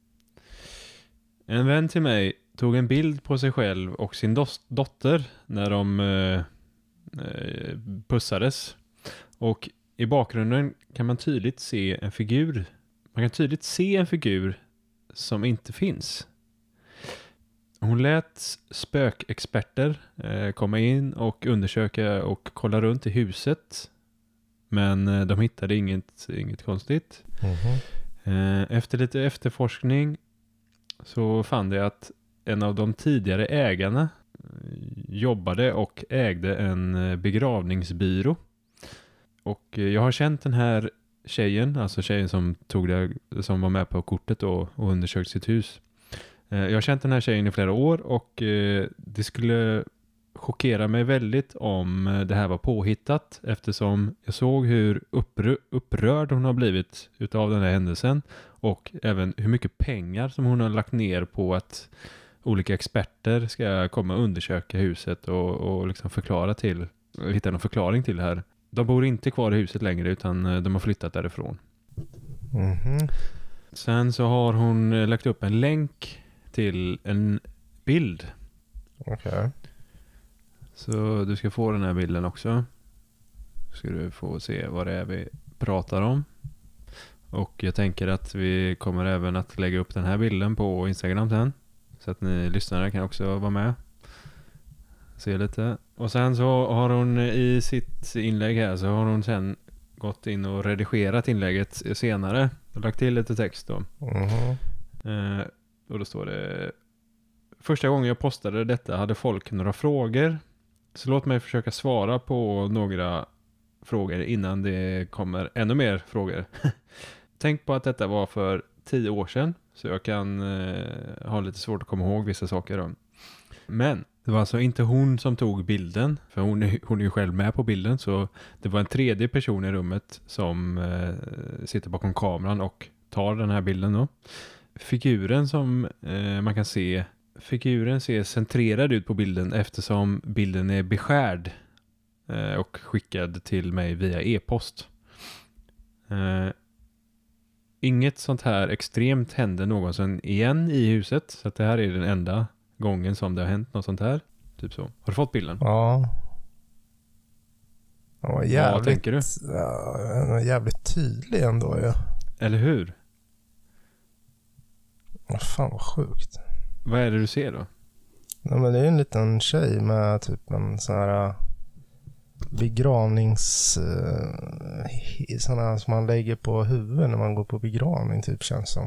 En vän till mig tog en bild på sig själv och sin dotter när de pussades. Och i bakgrunden kan man tydligt se en figur. Man kan tydligt se en figur som inte finns. Hon lät spökexperter komma in och undersöka och kolla runt i huset. Men de hittade inget konstigt. Efter lite efterforskning så fann de att en av de tidigare ägarna jobbade och ägde en begravningsbyrå. Och jag har känt den här tjejen, alltså tjejen som var med på kortet och undersökt sitt hus. Jag har känt den här tjejen i flera år och det skulle chockera mig väldigt om det här var påhittat, eftersom jag såg hur upprörd hon har blivit utav den här händelsen och även hur mycket pengar som hon har lagt ner på att olika experter ska komma och undersöka huset och liksom hitta någon förklaring till det här. De bor inte kvar i huset längre utan de har flyttat därifrån. Sen så har hon lagt upp en länk till en bild. Okej. Så du ska få den här bilden också. Ska du få se vad det är vi pratar om. Och jag tänker att vi kommer även att lägga upp den här bilden på Instagram sen. Så att ni lyssnare kan också vara med. Se lite. Och sen så har hon i sitt inlägg här så har hon sen gått in och redigerat inlägget senare. Och lagt till lite text då. Och då står det: första gången jag postade detta hade folk några frågor. Så låt mig försöka svara på några frågor innan det kommer ännu mer frågor. Tänk på att detta var för 10 år sedan. Så jag kan ha lite svårt att komma ihåg vissa saker då. Men det var alltså inte hon som tog bilden. För hon är ju själv med på bilden. Så det var en tredje person i rummet som sitter bakom kameran och tar den här bilden då. Figuren som man kan se, figuren ser centrerad ut på bilden eftersom bilden är beskärd och skickad till mig via e-post. Inget sånt här extremt hände någonsin igen i huset, så att det här är den enda gången som det har hänt något sånt här. Typ så. Har du fått bilden? Ja. Vad tänker du? Jävligt tydlig ändå, ja. Eller hur? Fan vad sjukt. Vad är det du ser då? Ja, men det är en liten tjej med typ en sån här sådana som man lägger på huvudet när man går på begravning typ, känns som.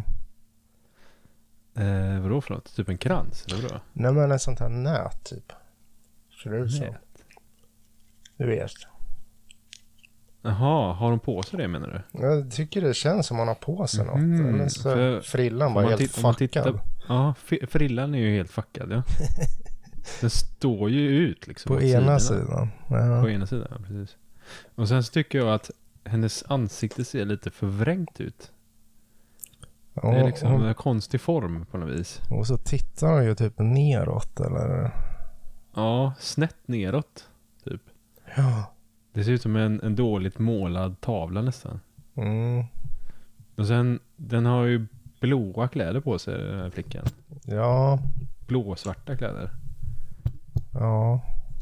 Vadå för något? Typ en krans eller vadå? Nej, men ett sånt här nät typ. Så det är så. Du vet. Jaha, har de på sig det menar du? Jag tycker det känns som man har på sig något. Eller så frillan bara helt fuckad. Ja, frillan är ju helt fuckad, ja. Den står ju ut liksom. På ena sidan. Ja. På ena sidan, precis. Och sen så tycker jag att hennes ansikte ser lite förvrängt ut. Ja, det är liksom en konstig form på något vis. Och så tittar hon ju typ neråt, eller? Ja, snett neråt, typ. Ja. Det ser ut som en dåligt målad tavla nästan. Mm. Och sen, den har ju blåa kläder på sig, den här flickan. Ja. Blåsvarta kläder. Ja.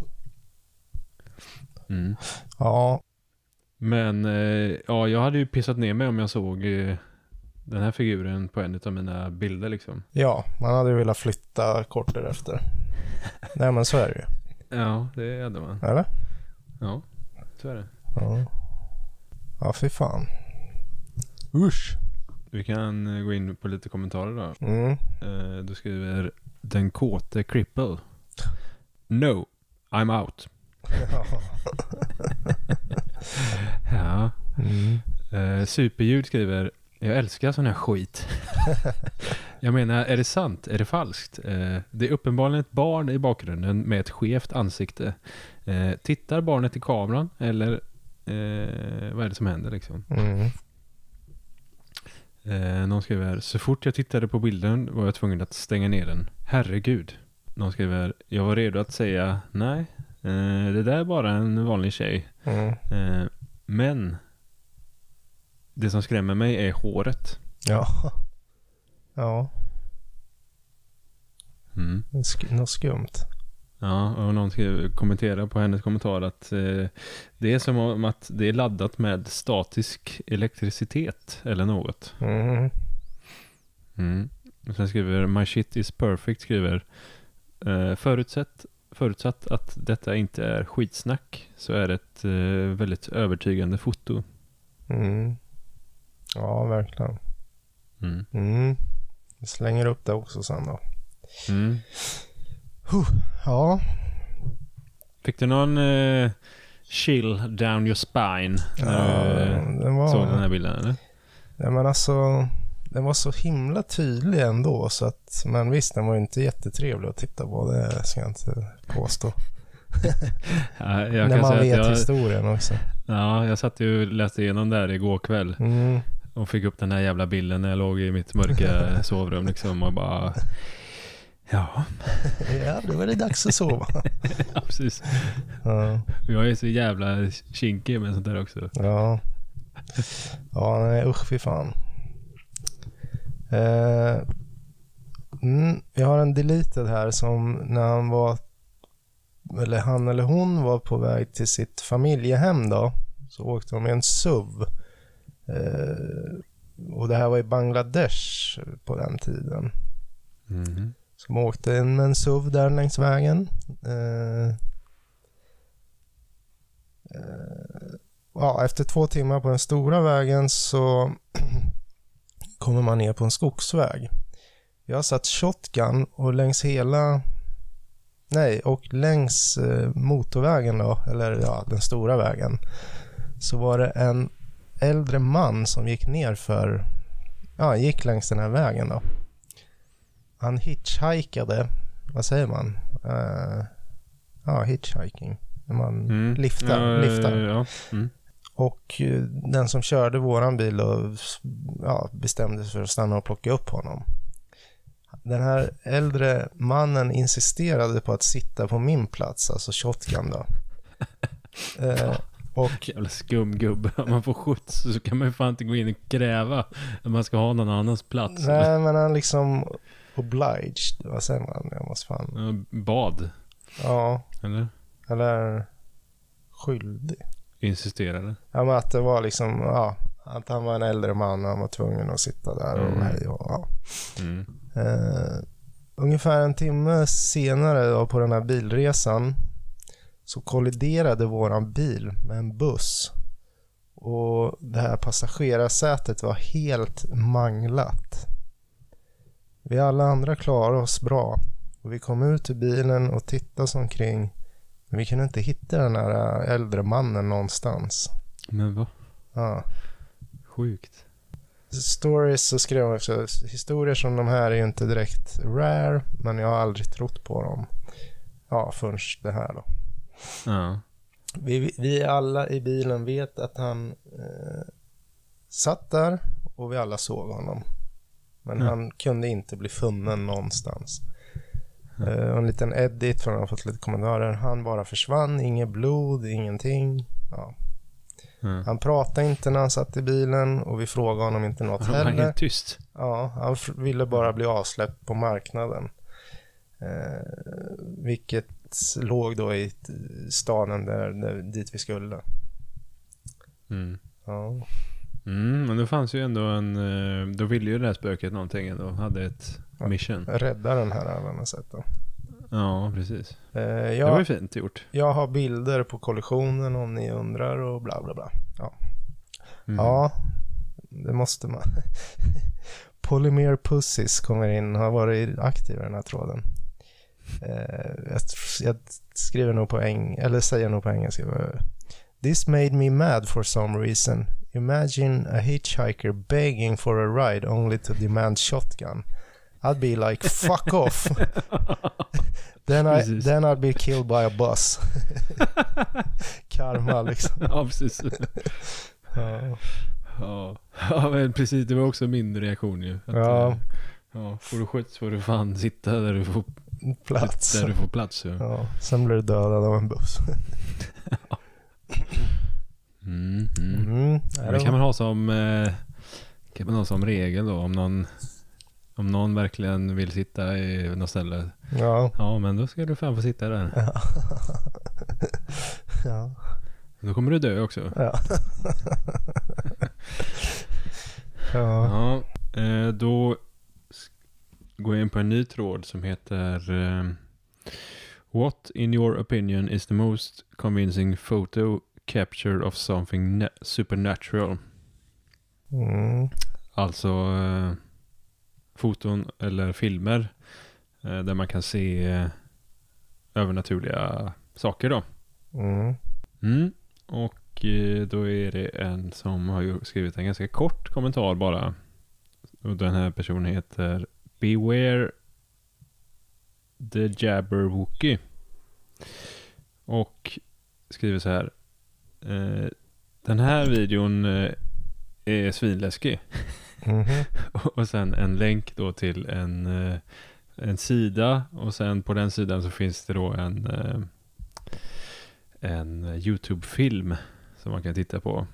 Mm. Ja. Men ja, jag hade ju pissat ner mig om jag såg den här figuren på en av mina bilder liksom. Ja, man hade ju velat flytta kort därefter. Nej, men så är det ju. Ja, det hade man. Eller? Ja, så är det. Ja. Ja, fy fan. Usch. Vi kan gå in på lite kommentarer då. Mm. Du skriver den kåte cripple. No, I'm out. Ja. Superljud skriver: jag älskar sån här skit. Jag menar, är det sant? Är det falskt? Det är uppenbarligen ett barn i bakgrunden med ett skevt ansikte. Tittar barnet i kameran? Eller vad är det som händer liksom? Någon skriver: så fort jag tittade på bilden var jag tvungen att stänga ner den. Herregud. Någon skriver: jag var redo att säga nej. Det där är bara en vanlig tjej. Men det som skrämmer mig är håret. Ja. Ja. Något skumt. Ja, och någon kommenterar på hennes kommentar att det är som om att det är laddat med statisk elektricitet eller något. Och sen skriver My shit is perfect, skriver förutsatt att detta inte är skitsnack så är det ett väldigt övertygande foto. Ja, verkligen. Jag slänger upp det också sen då. Ja. Fick du någon chill down your spine när du såg den här bilden, eller? Ja, men alltså den var så himla tydlig ändå, så att, men visst, den var inte jättetrevlig att titta på, det ska jag inte påstå. Ja, när man vet historien också. Ja, jag satt ju och läste igenom där igår kväll och fick upp den här jävla bilden när jag låg i mitt mörka sovrum liksom och bara ja, då var det dags att sova. Ja, precis. Ja. Jag är så jävla kinkig med sånt där också. Ja. Ja, nej, usch, fy fan. Jag har en deleted här som när han eller hon var på väg till sitt familjehem då, så åkte de med en SUV. Och det här var i Bangladesh på den tiden. Som åkte med en SUV där längs vägen. Ja, efter 2 timmar på den stora vägen så kommer man ner på en skogsväg. Jag har satt shotgun och längs längs motorvägen då, eller ja, den stora vägen, så var det en äldre man som gick längs den här vägen då. Han hitchhikade, vad säger man? Hitchhiking. När man liftar. Ja. Och den som körde våran bil då, bestämde sig för att stanna och plocka upp honom. Den här äldre mannen insisterade på att sitta på min plats, alltså shotgun då. Och jävla skumgubbe. Om man får skjuts så kan man ju fan inte gå in och kräva att man ska ha någon annans plats. Nej, men han liksom obliged, vad säger man? Jag måste fan... Bad. Ja. Eller skyldig. Insisterade. Ja, men att det var liksom, att han var en äldre man och han var tvungen att sitta där och hej och ungefär en timme senare då, på den här bilresan, så kolliderade våran bil med en buss. Och det här passagerarsätet var helt manglat. Vi alla andra klarade oss bra. Och vi kom ut ur bilen och tittade oss omkring. Men vi kunde inte hitta den här äldre mannen någonstans. Men vad? Ja. Sjukt. Stories så skrev jag också. Historier som de här är ju inte direkt rare. Men jag har aldrig trott på dem. Ja, förrän det här då. Ja. Vi alla i bilen vet att han satt där. Och vi alla såg honom. Men han kunde inte bli funnen någonstans. En liten edit för att ha fått lite kommentarer. Han bara försvann, inget blod, ingenting. Ja. Han pratade inte när han satt i bilen och vi frågade honom inte något heller. Han var helt tyst. Ja, han ville bara bli avsläppt på marknaden. Vilket låg då i staden dit vi skulle. Ja. Men det fanns ju ändå då ville ju det här spöket någonting ändå. Hade ett mission. Rädda den här även sett då. Ja, precis. Det var ju fint gjort. Jag har bilder på kollisionen om ni undrar och bla bla bla. Ja, ja det måste man. Polymer Pussies kommer in, har varit aktiv i den här tråden. Jag skriver nog på eller säger nog på engelska. This made me mad for some reason. Imagine a hitchhiker begging for a ride only to demand shotgun. I'd be like, fuck off. then I'd be killed by a bus. Karma liksom. Ja, precis. Ja, men precis. Det var också min reaktion ju. Att, får du skjuts får du fan sitta där du får plats. Där du får plats. Ja, sen blir du dödad av en buss. Det kan man ha som regel då om någon verkligen vill sitta i något ställe. Ja, men då ska du fan få sitta där. Ja. Då kommer du dö också. Ja. Då går jag in på en ny tråd som heter What in your opinion is the most convincing photo capture of something supernatural? Alltså foton eller filmer där man kan se övernaturliga saker då. Och då är det en som har skrivit en ganska kort kommentar bara. Och den här personen heter Beware the Jabberwocky. Och skriver så här. Den här videon är svinläskig. Och sen en länk då till en sida. Och sen på den sidan så finns det då en YouTube-film som man kan titta på.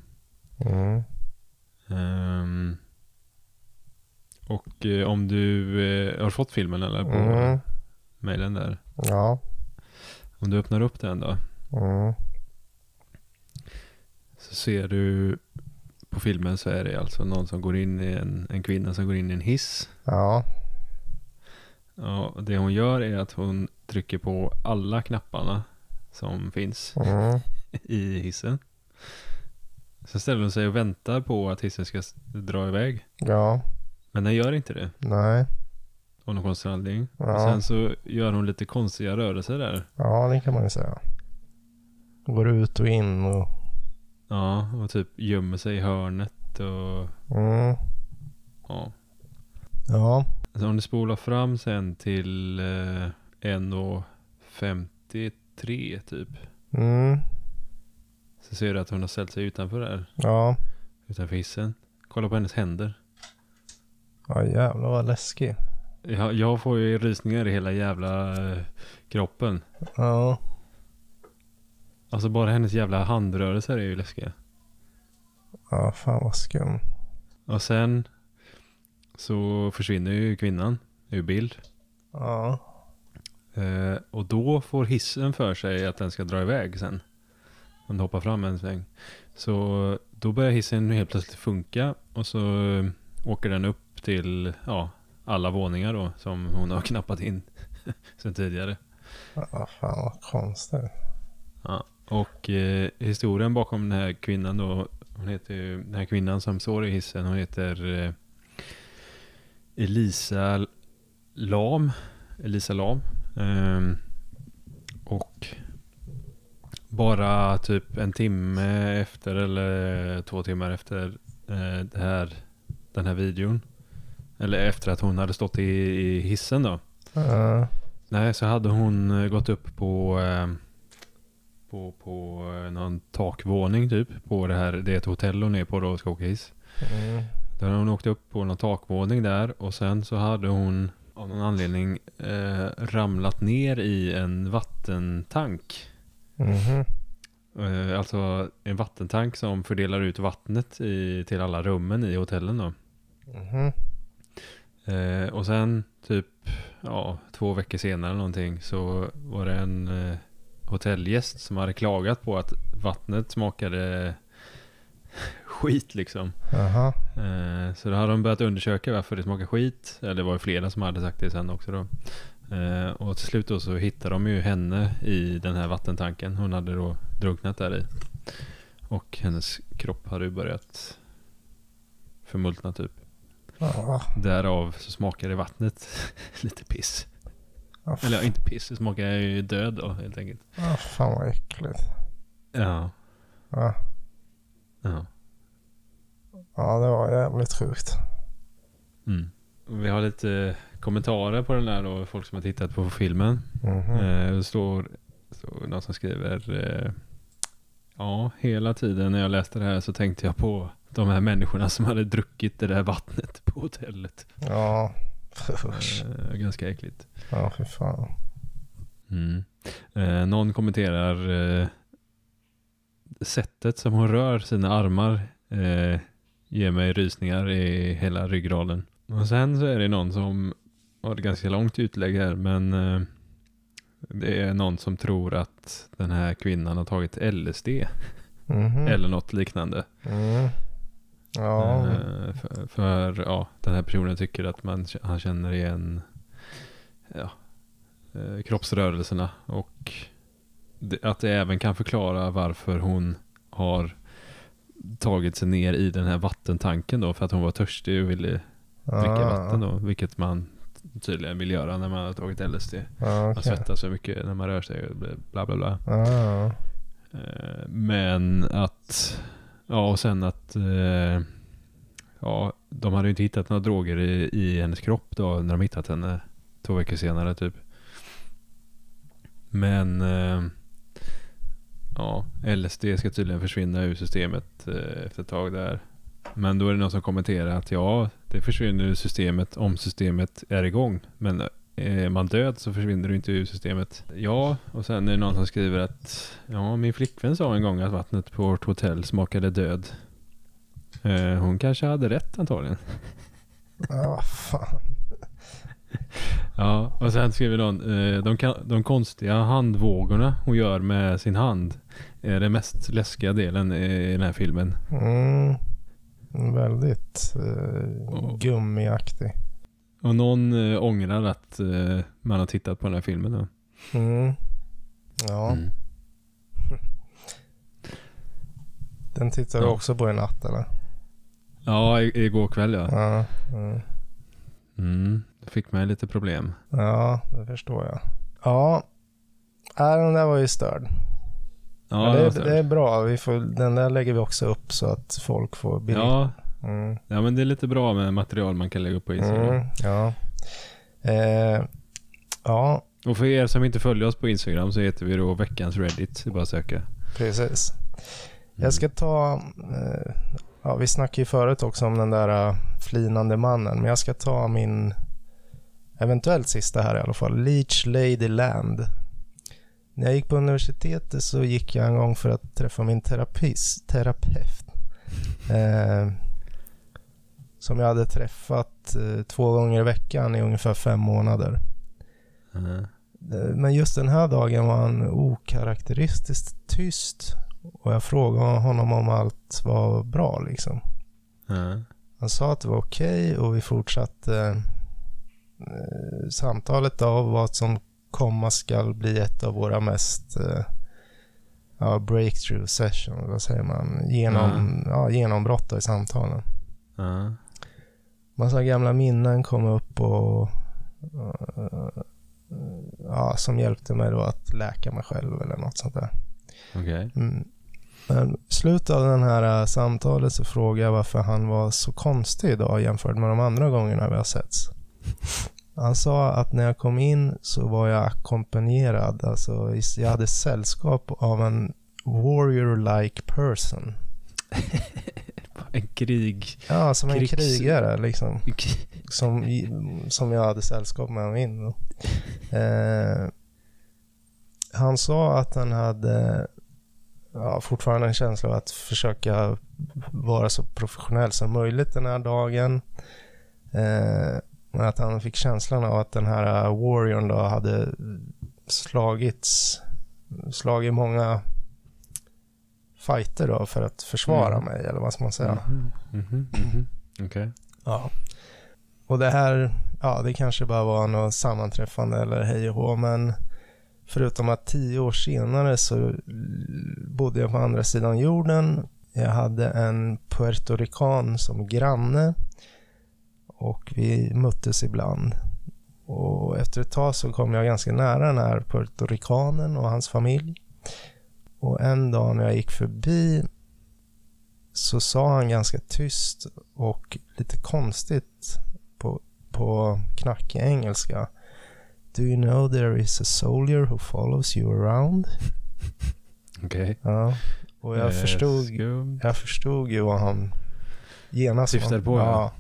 Och om du har fått filmen eller på mejlen där. Ja. Om du öppnar upp den då. Så ser du på filmen så är det alltså någon som går in i en kvinna som går in i en hiss. Ja. Ja, det hon gör är att hon trycker på alla knapparna som finns i hissen. Så ställer hon sig och väntar på att hissen ska dra iväg. Ja. Men den gör inte det. Nej. Av någon konstig anledning. Ja. Och sen så gör hon lite konstiga rörelser där. Ja, det kan man ju säga. Går ut och in och... Ja, och typ gömmer sig i hörnet och... Ja. Ja. Så om du spolar fram sen till 1:53 typ. Så ser du att hon har ställt sig utanför där. Ja. Utanför hissen. Kolla på hennes händer. Ja, jävlar vad läskig. Jag får ju rysningar i hela jävla kroppen. Ja. Alltså bara hennes jävla handrörelser är ju läskiga. Ja, fan vad skum. Och sen så försvinner ju kvinnan ur bild. Ja. Och då får hissen för sig att den ska dra iväg sen. Om du hoppar fram en sväng. Så då börjar hissen helt plötsligt funka. Och så åker den upp till alla våningar då som hon har knappat in sen tidigare. Ja, fan vad konstigt. Ja. Och historien bakom den här kvinnan då, hon heter ju, den här kvinnan som står i hissen, hon heter Elisa Lam. Och bara typ en timme efter eller 2 timmar efter den här videon, eller efter att hon hade stått i hissen då, nej, så hade hon gått upp på någon takvåning typ på det är ett hotell hon är på då och ska åka hiss. Då hade hon åkt upp på någon takvåning där, och sen så hade hon av någon anledning ramlat ner i en vattentank. Alltså en vattentank som fördelar ut vattnet till alla rummen i hotellen då. Och sen typ 2 veckor senare någonting så var det en hotellgäst som hade klagat på att vattnet smakade skit liksom. Så då hade de börjat undersöka varför det smakar skit. Eller det var ju flera som hade sagt det sen också då. Och till slut då så hittade de ju henne i den här vattentanken. Hon hade då drunknat där i. Och hennes kropp hade ju börjat förmultna typ. Därav så smakade vattnet lite piss. Eller inte piss, det smakar ju död då helt enkelt. Fan vad äckligt. Ja. Ja, det var jävligt sjukt. Vi har lite kommentarer på den där då, folk som har tittat på filmen. Det står någon som skriver hela tiden när jag läste det här så tänkte jag på de här människorna som hade druckit det där vattnet på hotellet. Ja. Ganska äckligt. Ja, för fan. Någon kommenterar sättet som hon rör sina armar ger mig rysningar i hela ryggraden. Och sen så är det någon som har ett ganska långt utlägg här, men det är någon som tror att den här kvinnan har tagit LSD eller något liknande. Ja. För den här personen tycker att han känner igen kroppsrörelserna, och att det även kan förklara varför hon har tagit sig ner i den här vattentanken då, för att hon var törstig och ville dricka vatten då, vilket man tydligen vill göra när man har tagit LSD. Man svettas så mycket när man rör sig, bla bla bla. Men att och sen att de hade ju inte hittat några droger i hennes kropp då när de hittat henne 2 veckor senare typ. Men LSD ska tydligen försvinna ur systemet efter ett tag där. Men då är det någon som kommenterar att det försvinner ur systemet om systemet är igång. Men är man död så försvinner du inte ur systemet. Ja, och sen är det någon som skriver att min flickvän sa en gång att vattnet på vårt hotell smakade död. Hon kanske hade rätt antagligen. Ja, fan. Ja, och sen skriver någon de handvågorna hon gör med sin hand är det mest läskiga delen i den här filmen. Väldigt gummiaktig. Och någon ångrar att man har tittat på den här filmen då. Ja. Den tittar du också på i natt eller? Ja, igår kväll ja. Det fick mig lite problem. Ja, det förstår jag. Ja, den där var ju störd. Ja, det är bra. Den där lägger vi också upp så att folk får bild. Ja. Ja, men det är lite bra med material man kan lägga upp på Instagram. Ja. Och för er som inte följer oss på Instagram så heter vi då veckans Reddit. Det är bara att söka. Precis. Jag ska ta... vi snackade ju förut också om den där flinande mannen. Men jag ska ta min eventuellt sista här i alla fall. Leech Lady Land. När jag gick på universitetet så gick jag en gång för att träffa min terapeut. Som jag hade träffat 2 gånger i veckan i ungefär 5 månader. Men just den här dagen var han okaraktäristiskt tyst. Och jag frågade honom om allt var bra liksom. Han sa att det var okej och vi fortsatte samtalet av vad som komma skall bli ett av våra mest breakthrough session, vad säger man, genombrott i samtalen. Massa gamla minnen kom upp och som hjälpte mig då att läka mig själv eller något sånt där. Okej. Men i slutet av den här samtalet så frågade jag varför han var så konstig idag jämfört med de andra gångerna vi har setts. Han sa att när jag kom in så var jag ackompanjerad, alltså jag hade sällskap av en warrior-like person. En krig. Ja, som en krigare liksom. Som jag hade sällskap med in. Han sa att han hade fortfarande en känsla av att försöka vara så professionell som möjligt den här dagen. Men att han fick känslan av att den här warriorn då hade slagit många fighter då för att försvara mig, eller vad ska man säga. Okej. Ja. Och det här, det kanske bara var något sammanträffande eller hej och hå, men förutom att 10 år senare så bodde jag på andra sidan jorden. Jag hade en puertorican som granne och vi möttes ibland. Och efter ett tag så kom jag ganska nära den här puertoricanen och hans familj. Och en dag när jag gick förbi så sa han ganska tyst och lite konstigt på knackig engelska: "Do you know there is a soldier who follows you around?" Okej. Ja. Och jag förstod ju vad han genast syftade på. Ja.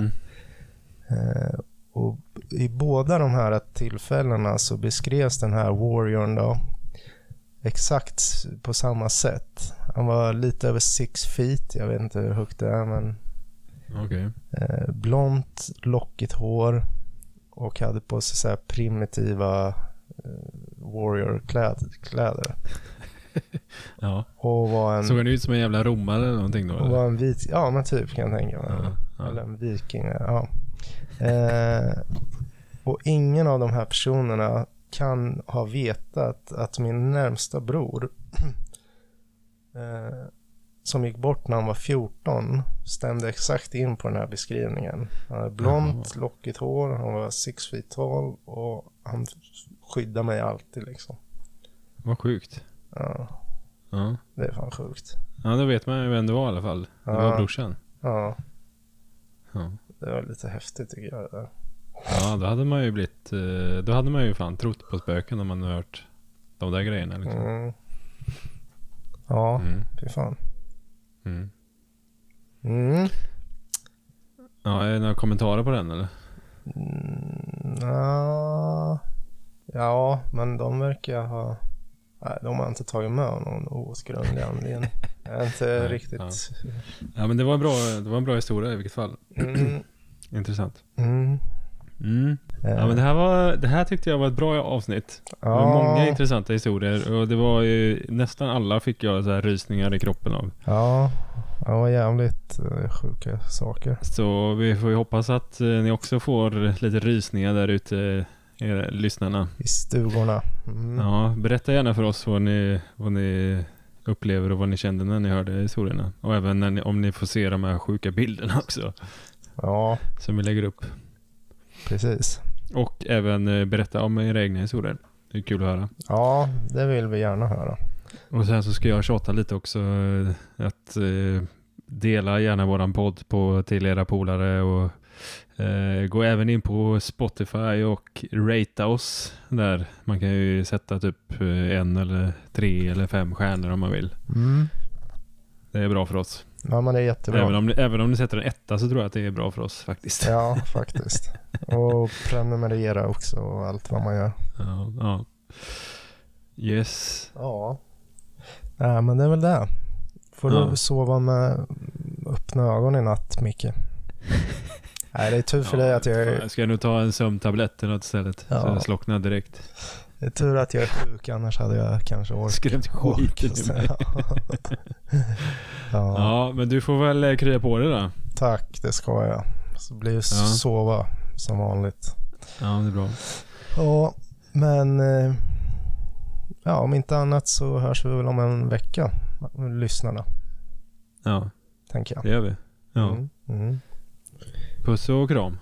Och i båda de här tillfällena så beskrevs den här warriorn då exakt på samma sätt. Han var lite över 6 feet, jag vet inte hur högt det är, men blont, lockigt hår och hade på sig så här primitiva warrior-kläder. Ja. Och var såg han ut som en jävla romare eller någonting då? Och var en vit, men typ kan jag tänka mig. Eller en viking, och ingen av de här personerna kan ha vetat att min närmsta bror som gick bort när han var 14 stämde exakt in på den här beskrivningen. Han hade blont, lockigt hår, han var 6 feet tall och han skyddade mig alltid liksom. Vad sjukt. Ja. Det är fan sjukt. Ja, då vet man ju vem det var i alla fall. Det var brorsan. Ja. Det var lite häftigt tycker jag. Ja, då hade man ju fan trott på spöken om man hade hört de där grejerna liksom. Ja, fy fan. Ja, är det några kommentarer på den eller? Ja, men de verkar ha... Nej, de har inte tagit med någon outgrundlig anledning. Jag är inte riktigt... Ja, men det var en bra historia i vilket fall. Intressant. Ja, men det här tyckte jag var ett bra avsnitt. Det var många intressanta historier och det var ju nästan alla fick jag så här rysningar i kroppen av. Ja, det var jävligt sjuka saker. Så vi får ju hoppas att ni också får lite rysningar där ute, era lyssnarna. I stugorna. Ja, berätta gärna för oss vad ni upplever och vad ni kände när ni hörde historierna. Och även om ni får se de här sjuka bilderna också. Ja. Som vi lägger upp. Precis. Och även berätta om era egna historier. Det är kul att höra. Ja, det vill vi gärna höra. Och sen så ska jag tjata lite också att dela gärna våran podd till era polare och gå även in på Spotify och rata oss där. Man kan ju sätta typ 1 eller 3 eller 5 stjärnor om man vill. Det är bra för oss. Ja, men det är jättebra. Även om ni sätter en 1 så tror jag att det är bra för oss faktiskt. Ja, faktiskt. Och prenumerera också och allt vad man gör. Ja. Yes. Ja. Nej, men det är väl det. Får du sova med öppna ögon i natt, Micke? Nej, det är tur för dig att jag ska nog ta en sömntablett eller något istället. Så jag slocknar direkt. Det är tur att jag är sjuk, annars hade jag kanske skrämt skiten i mig. Ja, men du får väl krya på det då. Tack, det ska jag. Så blir det sova som vanligt. Ja, det är bra. Ja, men ja, om inte annat så hörs vi väl om en vecka, lyssnarna. Ja, tänker jag. Det gör vi. Ja. Puss och kram.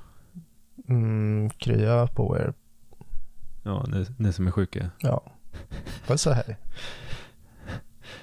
Krya på er. Ja, ni som är sjuka. Ja. Puss och hej.